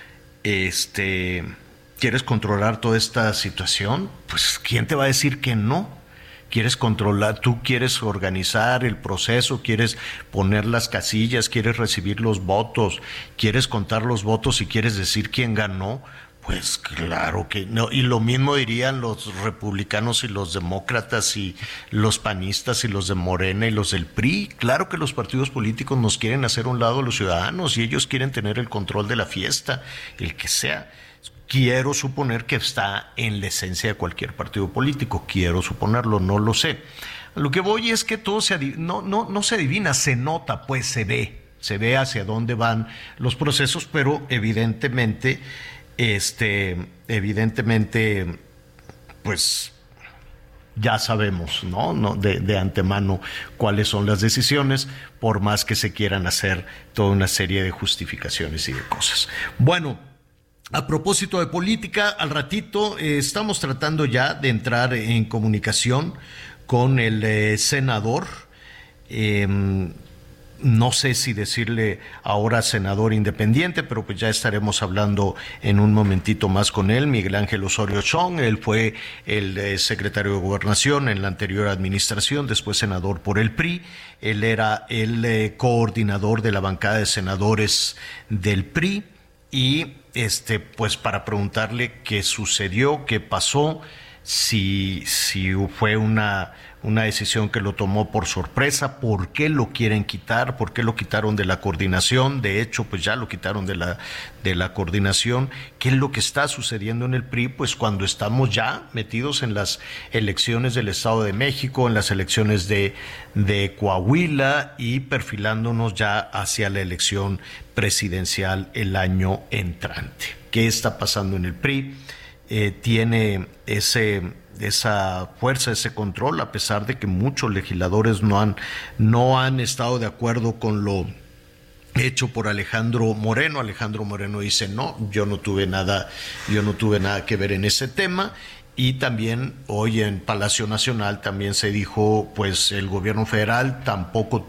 ¿quieres controlar toda esta situación? Pues ¿quién te va a decir que no? ¿Quieres controlar? ¿Tú quieres organizar el proceso? ¿Quieres poner las casillas? ¿Quieres recibir los votos? ¿Quieres contar los votos y quieres decir quién ganó? Pues claro que no. Y lo mismo dirían los republicanos y los demócratas y los panistas y los de Morena y los del PRI. Claro que los partidos políticos nos quieren hacer a un lado a los ciudadanos y ellos quieren tener el control de la fiesta, el que sea. Quiero suponer que está en la esencia de cualquier partido político. Quiero suponerlo, no lo sé. Lo que voy es que todo no se adivina, se nota, pues se ve hacia dónde van los procesos, pero evidentemente, pues ya sabemos, ¿no? De antemano cuáles son las decisiones, por más que se quieran hacer toda una serie de justificaciones y de cosas. Bueno, a propósito de política, al ratito estamos tratando ya de entrar en comunicación con el senador. No sé si decirle ahora senador independiente, pero pues ya estaremos hablando en un momentito más con él, Miguel Ángel Osorio Chong. Él fue el secretario de Gobernación en la anterior administración, después senador por el PRI. Él era el coordinador de la bancada de senadores del PRI y pues para preguntarle qué sucedió, qué pasó, si fue una decisión que lo tomó por sorpresa, por qué lo quieren quitar, por qué lo quitaron de la coordinación. De hecho, pues ya lo quitaron de la coordinación. ¿Qué es lo que está sucediendo en el PRI? Pues cuando estamos ya metidos en las elecciones del Estado de México, en las elecciones de Coahuila y perfilándonos ya hacia la elección presidencial el año entrante. ¿Qué está pasando en el PRI? Tiene esa fuerza, ese control, a pesar de que muchos legisladores no han estado de acuerdo con lo hecho por Alejandro Moreno. Alejandro Moreno dice no, yo no tuve nada que ver en ese tema. Y también hoy en Palacio Nacional también se dijo, pues el gobierno federal tampoco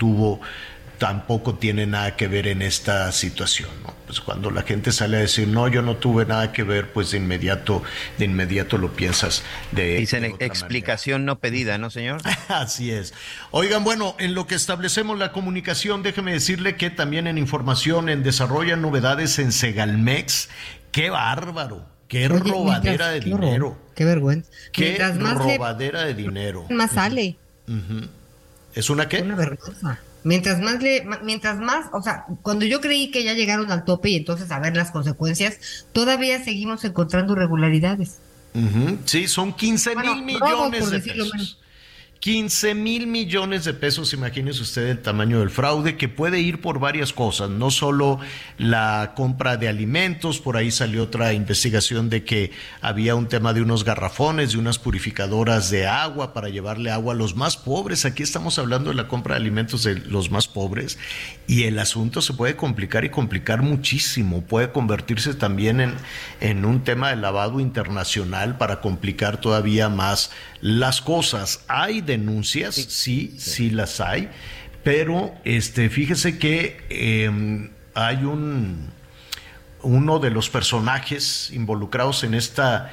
tiene nada que ver en esta situación, ¿no? Pues cuando la gente sale a decir no, yo no tuve nada que ver, pues de inmediato lo piensas Dicen explicación no pedida, ¿no, señor? Así es. Oigan, bueno, en lo que establecemos la comunicación, déjeme decirle que también en información en desarrollo, novedades en Segalmex. ¡Qué bárbaro! ¡Qué robadera de dinero! ¡Qué vergüenza! ¡Qué robadera de dinero! Más sale. ¿Es una qué? Una vergüenza. Mientras más, o sea, cuando yo creí que ya llegaron al tope y entonces a ver las consecuencias, todavía seguimos encontrando irregularidades. Sí, son 15,000 millones de pesos. 15,000 millones de pesos, imagínese usted el tamaño del fraude, que puede ir por varias cosas, no solo la compra de alimentos. Por ahí salió otra investigación de que había un tema de unos garrafones, de unas purificadoras de agua para llevarle agua a los más pobres. Aquí estamos hablando de la compra de alimentos de los más pobres y el asunto se puede complicar y complicar muchísimo. Puede convertirse también en un tema de lavado internacional para complicar todavía más las cosas. Hay denuncias, sí las hay, pero fíjese que hay uno de los personajes involucrados en esta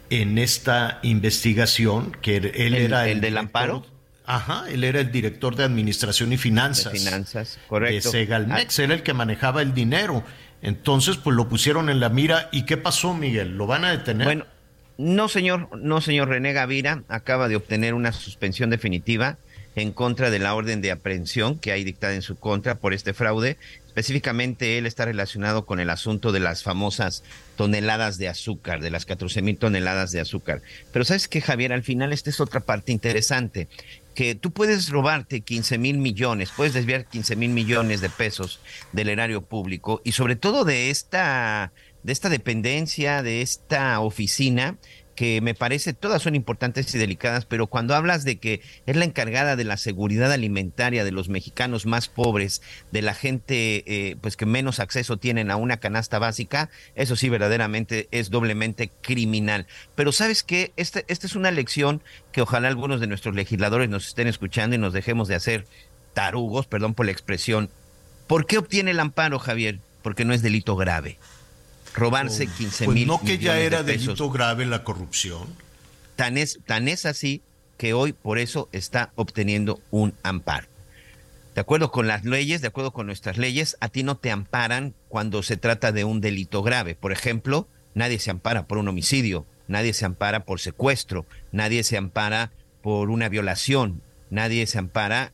investigación, que él era el del amparo. Ajá, él era el director de Administración y Finanzas. De Finanzas, correcto. De Segalmex, era el que manejaba el dinero. Entonces, pues lo pusieron en la mira. ¿Y qué pasó, Miguel? ¿Lo van a detener? Bueno, no, señor René Gavira acaba de obtener una suspensión definitiva en contra de la orden de aprehensión que hay dictada en su contra por este fraude. Específicamente él está relacionado con el asunto de las famosas toneladas de azúcar, de las 14,000 toneladas de azúcar. Pero ¿sabes qué, Javier? Al final esta es otra parte interesante, que tú puedes robarte 15,000 millones, puedes desviar 15,000 millones de pesos del erario público y sobre todo de esta dependencia, de esta oficina, que me parece, todas son importantes y delicadas, pero cuando hablas de que es la encargada de la seguridad alimentaria de los mexicanos más pobres, de la gente pues que menos acceso tienen a una canasta básica, eso sí verdaderamente es doblemente criminal. Pero ¿sabes qué? Esta es una lección que ojalá algunos de nuestros legisladores nos estén escuchando y nos dejemos de hacer tarugos, perdón por la expresión. ¿Por qué obtiene el amparo, Javier? Porque no es delito grave. Robarse 15,000 pues no, que ya era de pesos. Delito grave la corrupción. Tan es así que hoy por eso está obteniendo un amparo. De acuerdo con las leyes, de acuerdo con nuestras leyes, a ti no te amparan cuando se trata de un delito grave. Por ejemplo, nadie se ampara por un homicidio, nadie se ampara por secuestro, nadie se ampara por una violación, nadie se ampara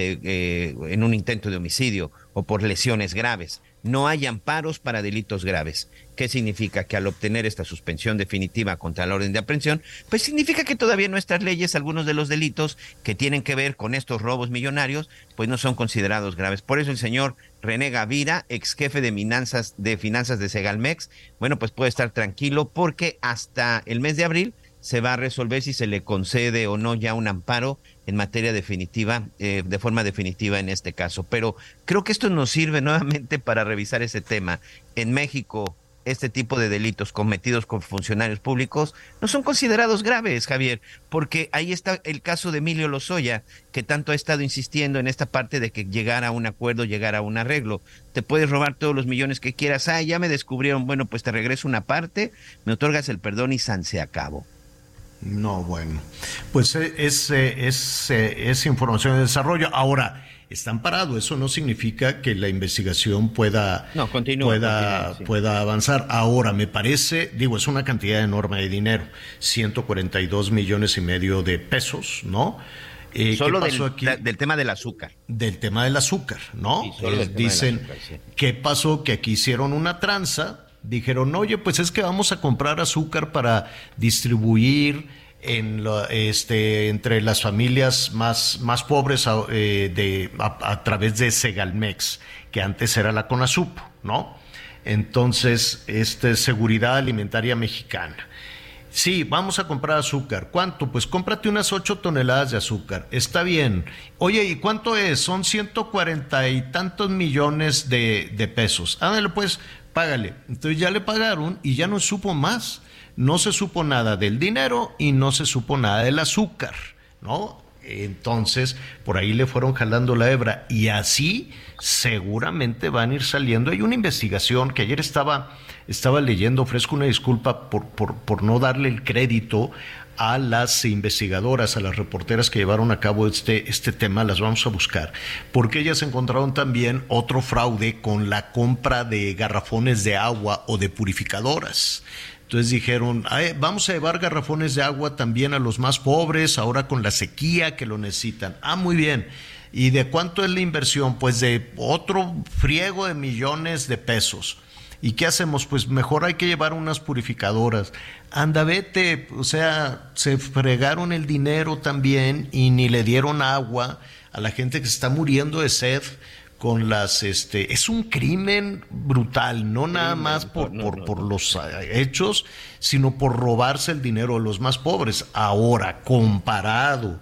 en un intento de homicidio o por lesiones graves. No hay amparos para delitos graves. ¿Qué significa? Que al obtener esta suspensión definitiva contra la orden de aprehensión, pues significa que todavía en nuestras leyes algunos de los delitos que tienen que ver con estos robos millonarios, pues no son considerados graves. Por eso el señor René Gavira, ex jefe de finanzas de Segalmex, bueno, pues puede estar tranquilo porque hasta el mes de abril se va a resolver si se le concede o no ya un amparo en materia definitiva, de forma definitiva en este caso. Pero creo que esto nos sirve nuevamente para revisar ese tema. En México, este tipo de delitos cometidos con funcionarios públicos no son considerados graves, Javier, porque ahí está el caso de Emilio Lozoya, que tanto ha estado insistiendo en esta parte de que llegara a un acuerdo, llegara a un arreglo. Te puedes robar todos los millones que quieras, ya me descubrieron, bueno, pues te regreso una parte, me otorgas el perdón y se acabó. No, bueno, pues es información de desarrollo. Ahora, están parados, eso no significa que la investigación pueda avanzar. Ahora, me parece, es una cantidad enorme de dinero, 142 millones y medio de pesos, ¿no? Solo del tema del azúcar. Del tema del azúcar, ¿no? Sí, solo del tema dicen, del azúcar, sí. ¿Qué pasó? Que aquí hicieron una tranza, dijeron, oye, pues es que vamos a comprar azúcar para distribuir entre las familias más pobres a través de Segalmex, que antes era la Conasupo, ¿no? Entonces, Seguridad Alimentaria Mexicana. Sí, vamos a comprar azúcar. ¿Cuánto? Pues cómprate unas 8 toneladas de azúcar. Está bien. Oye, ¿y cuánto es? Son 140 y tantos millones de pesos. Ándale, pues, págale. Entonces ya le pagaron y ya no supo más. No se supo nada del dinero y no se supo nada del azúcar, ¿no? Entonces, por ahí le fueron jalando la hebra y así seguramente van a ir saliendo. Hay una investigación que ayer estaba leyendo, ofrezco una disculpa por no darle el crédito a las investigadoras, a las reporteras que llevaron a cabo este tema, las vamos a buscar, porque ellas encontraron también otro fraude con la compra de garrafones de agua o de purificadoras. Entonces dijeron, vamos a llevar garrafones de agua también a los más pobres, ahora con la sequía que lo necesitan. Muy bien. ¿Y de cuánto es la inversión? Pues de otro friego de millones de pesos. ¿Y qué hacemos? Pues mejor hay que llevar unas purificadoras. Anda, vete, o sea, se fregaron el dinero también y ni le dieron agua a la gente que se está muriendo de sed con las es un crimen brutal, no nada más por los hechos, sino por robarse el dinero de los más pobres. Ahora, comparado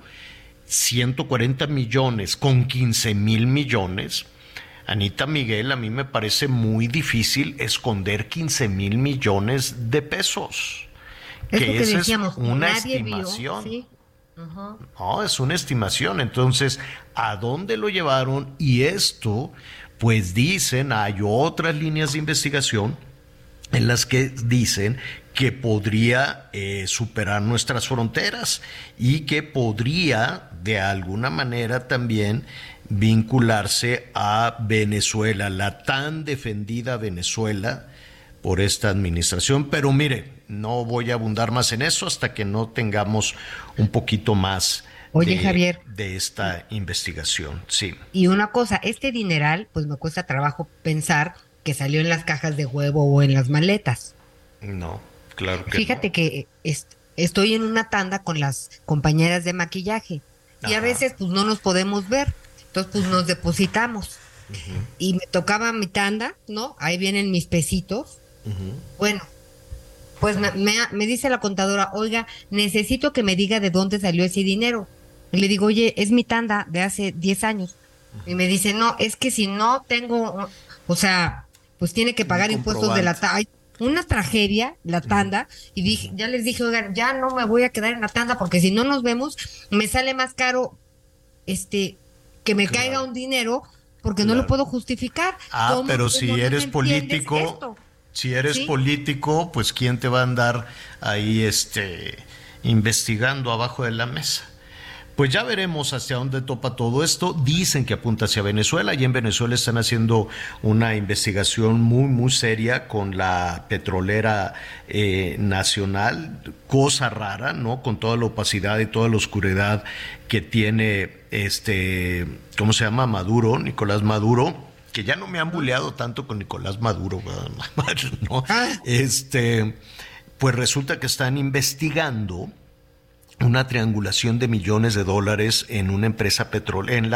140 millones con 15,000 millones, Anita, Miguel, a mí me parece muy difícil esconder 15,000 millones de pesos. Que esa es una estimación. Vio, ¿sí? Uh-huh. No, es una estimación. Entonces, ¿a dónde lo llevaron? Y esto, pues dicen, hay otras líneas de investigación en las que dicen que podría superar nuestras fronteras y que podría, de alguna manera, también vincularse a Venezuela, la tan defendida Venezuela por esta administración. Pero mire, no voy a abundar más en eso hasta que no tengamos un poquito más Javier, de esta investigación. Sí. Y una cosa, este dineral, pues me cuesta trabajo pensar que salió en las cajas de huevo o en las maletas. No, claro que Fíjate no. que estoy en una tanda con las compañeras de maquillaje y a veces pues no nos podemos ver, entonces pues nos depositamos. Uh-huh. Y me tocaba mi tanda, ¿no? Ahí vienen mis pesitos. Uh-huh. Bueno, pues me dice la contadora, oiga, necesito que me diga de dónde salió ese dinero. Y le digo, oye, es mi tanda de hace 10 años. Uh-huh. Y me dice, no, es que si no tengo, o sea, pues tiene que pagar impuestos de la tanda. Una tragedia, la tanda, y ya les dije, oigan, ya no me voy a quedar en la tanda porque si no nos vemos, me sale más caro que me caiga un dinero porque no lo puedo justificar. Pero si eres político, político, pues ¿quién te va a andar ahí investigando abajo de la mesa? Pues ya veremos hacia dónde topa todo esto. Dicen que apunta hacia Venezuela y en Venezuela están haciendo una investigación muy, muy seria con la petrolera nacional. Cosa rara, ¿no? Con toda la opacidad y toda la oscuridad que tiene ¿cómo se llama? Nicolás Maduro, que ya no me han buleado tanto con Nicolás Maduro, ¿no? Pues resulta que están investigando una triangulación de millones de dólares en una empresa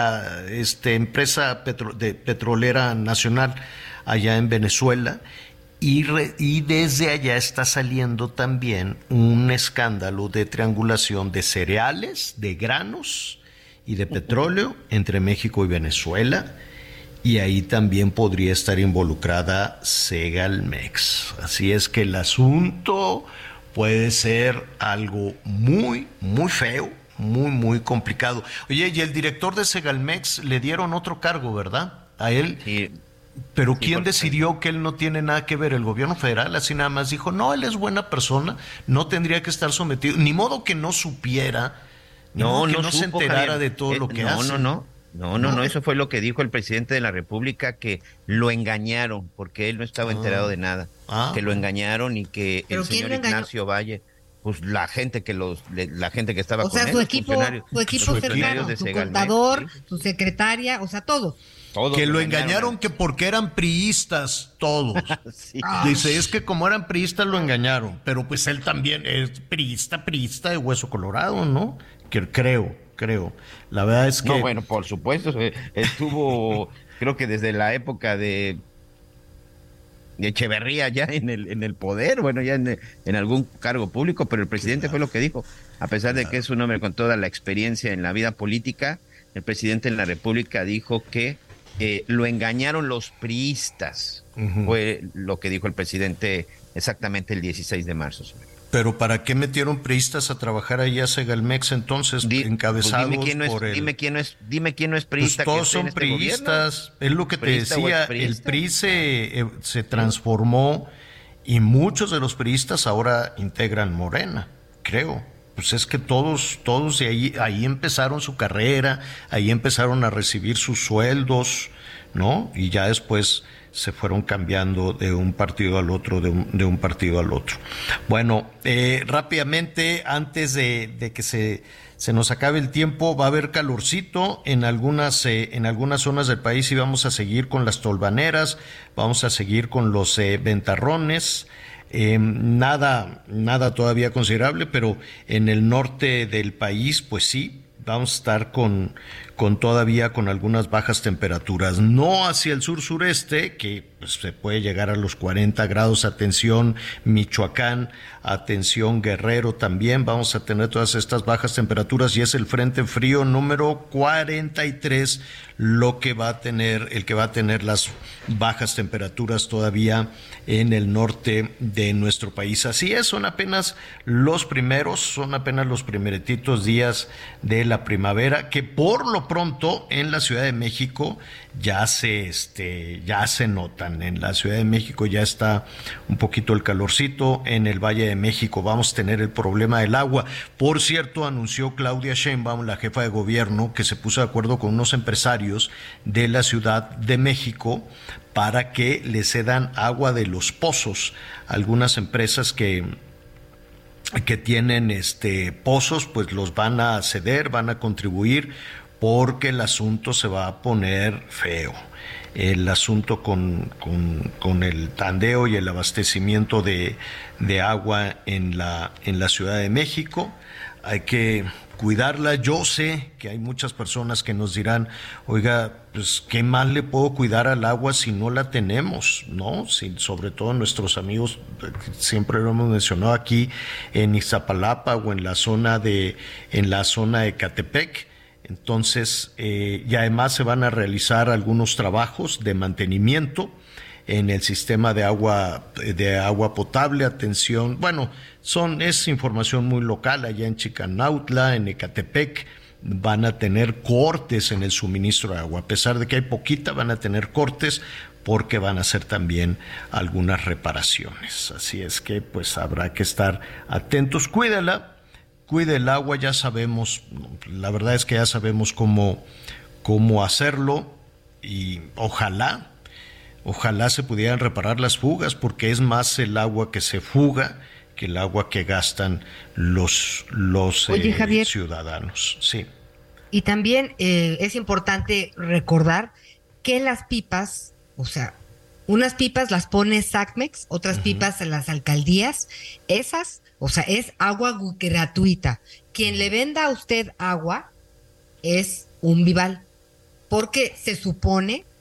petrolera nacional allá en Venezuela, Y desde allá está saliendo también un escándalo de triangulación de cereales, de granos y de petróleo entre México y Venezuela. Y ahí también podría estar involucrada Segalmex. Así es que el asunto puede ser algo muy, muy feo, muy, muy complicado. Oye, y el director de Segalmex le dieron otro cargo, ¿verdad? A él. Sí. Pero ¿quién decidió que él no tiene nada que ver? El gobierno federal así nada más dijo, no, él es buena persona, no tendría que estar sometido, ni modo que no supiera, que no se enterara, Javier, de todo lo que hace. No, eso fue lo que dijo el presidente de la República, que lo engañaron, porque él no estaba enterado de nada, que lo engañaron y que el señor Ignacio Valle, pues la gente que estaba con él, su equipo cercano, su contador, su secretaria, o sea, todos. Que lo engañaron que porque eran priistas, todos. Sí. Dice, es que como eran priistas lo engañaron, pero pues él también es priista de hueso colorado, ¿no? Que creo. La verdad es que... No, bueno, por supuesto, estuvo, creo que desde la época de Echeverría ya en el poder, bueno, ya en algún cargo público, pero el presidente fue lo que dijo, a pesar de que es un hombre con toda la experiencia en la vida política, el presidente de la República dijo que lo engañaron los priistas, fue lo que dijo el presidente exactamente el 16 de marzo. Pero ¿para qué metieron priistas a trabajar ahí a Segalmex entonces, encabezados por él? Dime quién no es priista. Pues todos son priistas, es lo que te decía, el PRI se transformó y muchos de los priistas ahora integran Morena, creo. Pues es que todos de ahí empezaron su carrera, ahí empezaron a recibir sus sueldos, ¿no? Y ya después se fueron cambiando de un partido al otro, de un partido al otro. Bueno, rápidamente, antes de que se nos acabe el tiempo, va a haber calorcito en algunas zonas del país y vamos a seguir con las tolvaneras, vamos a seguir con los ventarrones. Nada todavía considerable, pero en el norte del país, pues sí, vamos a estar todavía con algunas bajas temperaturas, no hacia el sur-sureste, que pues, se puede llegar a los 40 grados, atención Michoacán, atención Guerrero también, vamos a tener todas estas bajas temperaturas y es el frente frío número 43 el que va a tener las bajas temperaturas todavía en el norte de nuestro país. Así es, son apenas los primerititos días de la primavera, que por lo pronto en la Ciudad de México ya se notan. En la Ciudad de México ya está un poquito el calorcito. En el Valle de México vamos a tener el problema del agua. Por cierto, anunció Claudia Sheinbaum, la jefa de gobierno, que se puso de acuerdo con unos empresarios de la Ciudad de México para que le cedan agua de los pozos. Algunas empresas que tienen pozos, pues los van a ceder, van a contribuir, porque el asunto se va a poner feo. El asunto con el tandeo y el abastecimiento de agua en la Ciudad de México. Hay que cuidarla. Yo sé que hay muchas personas que nos dirán, oiga, pues qué más le puedo cuidar al agua si no la tenemos, ¿no? Sobre todo nuestros amigos, siempre lo hemos mencionado aquí en Iztapalapa o en la zona de Ecatepec. Entonces, y además se van a realizar algunos trabajos de mantenimiento en el sistema de agua potable. Atención, bueno, es información muy local. Allá en Chiquinautla, en Ecatepec, van a tener cortes en el suministro de agua. A pesar de que hay poquita, van a tener cortes porque van a hacer también algunas reparaciones. Así es que pues habrá que estar atentos. Cuide el agua, ya sabemos, la verdad es que ya sabemos cómo hacerlo, y ojalá se pudieran reparar las fugas, porque es más el agua que se fuga que el agua que gastan los Oye, Javier, ciudadanos. Sí. Y también es importante recordar que las pipas, o sea, unas pipas las pone SACMEX, otras pipas en las alcaldías, esas, o sea, es agua gratuita. Quien le venda a usted agua es un Vival, porque se supone,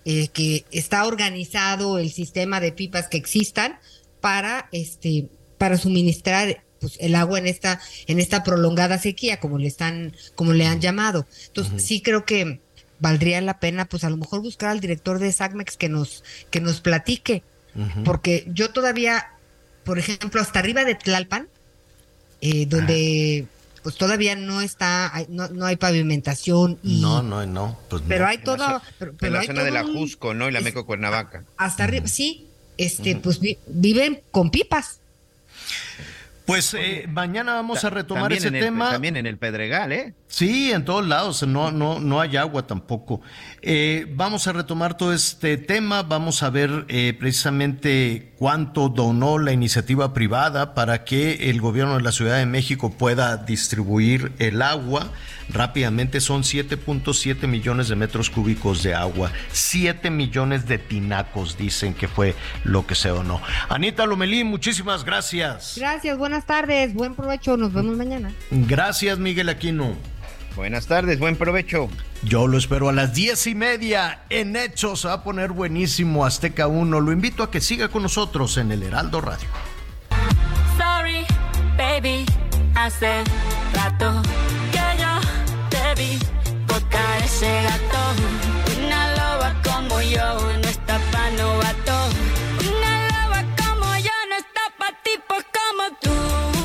que está organizado el sistema de pipas que existan para suministrar pues el agua en esta prolongada sequía, como le han llamado. Entonces, sí creo que valdría la pena, pues a lo mejor buscar al director de SACMEX que nos platique, porque yo todavía, por ejemplo, hasta arriba de Tlalpan, donde pues todavía no hay pavimentación y no, pues pero no. hay todo, en la zona de la Jusco, ¿no? Y la Meco Cuernavaca. Hasta arriba, sí, pues viven con pipas. Pues mañana vamos a retomar ese tema. También en el Pedregal, ¿eh? Sí, en todos lados, no hay agua tampoco. Vamos a retomar todo este tema, vamos a ver precisamente cuánto donó la iniciativa privada para que el gobierno de la Ciudad de México pueda distribuir el agua. Rápidamente son 7.7 millones de metros cúbicos de agua, 7 millones de tinacos dicen que fue lo que se donó. Anita Lomelí, muchísimas gracias. Gracias, buenas tardes, buen provecho, nos vemos mañana. Gracias, Miguel Aquino. Buenas tardes, buen provecho. Yo lo espero a las 10:30 en Hechos. Se va a poner buenísimo Azteca 1. Lo invito a que siga con nosotros en el Heraldo Radio. Sorry, baby, hace rato que yo te vi tocar ese gato. Una loba como yo no está pa' novato. Una loba como yo no está pa' tipos como tú.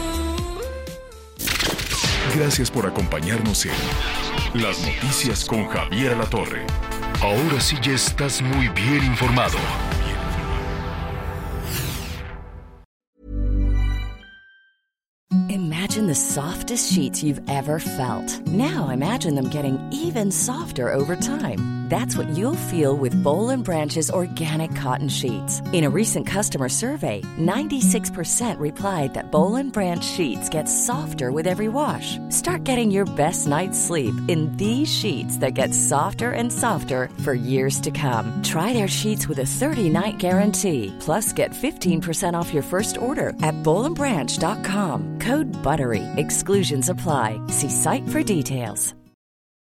Gracias por acompañarnos en Las Noticias con Javier Alatorre. Ahora sí ya estás muy bien informado. Imagine the softest sheets you've ever felt. Now imagine them getting even softer over time. That's what you'll feel with Boll & Branch's organic cotton sheets. In a recent customer survey, 96% replied that Boll & Branch sheets get softer with every wash. Start getting your best night's sleep in these sheets that get softer and softer for years to come. Try their sheets with a 30-night guarantee. Plus, get 15% off your first order at bollandbranch.com. Code BUTTERY. Exclusions apply. See site for details.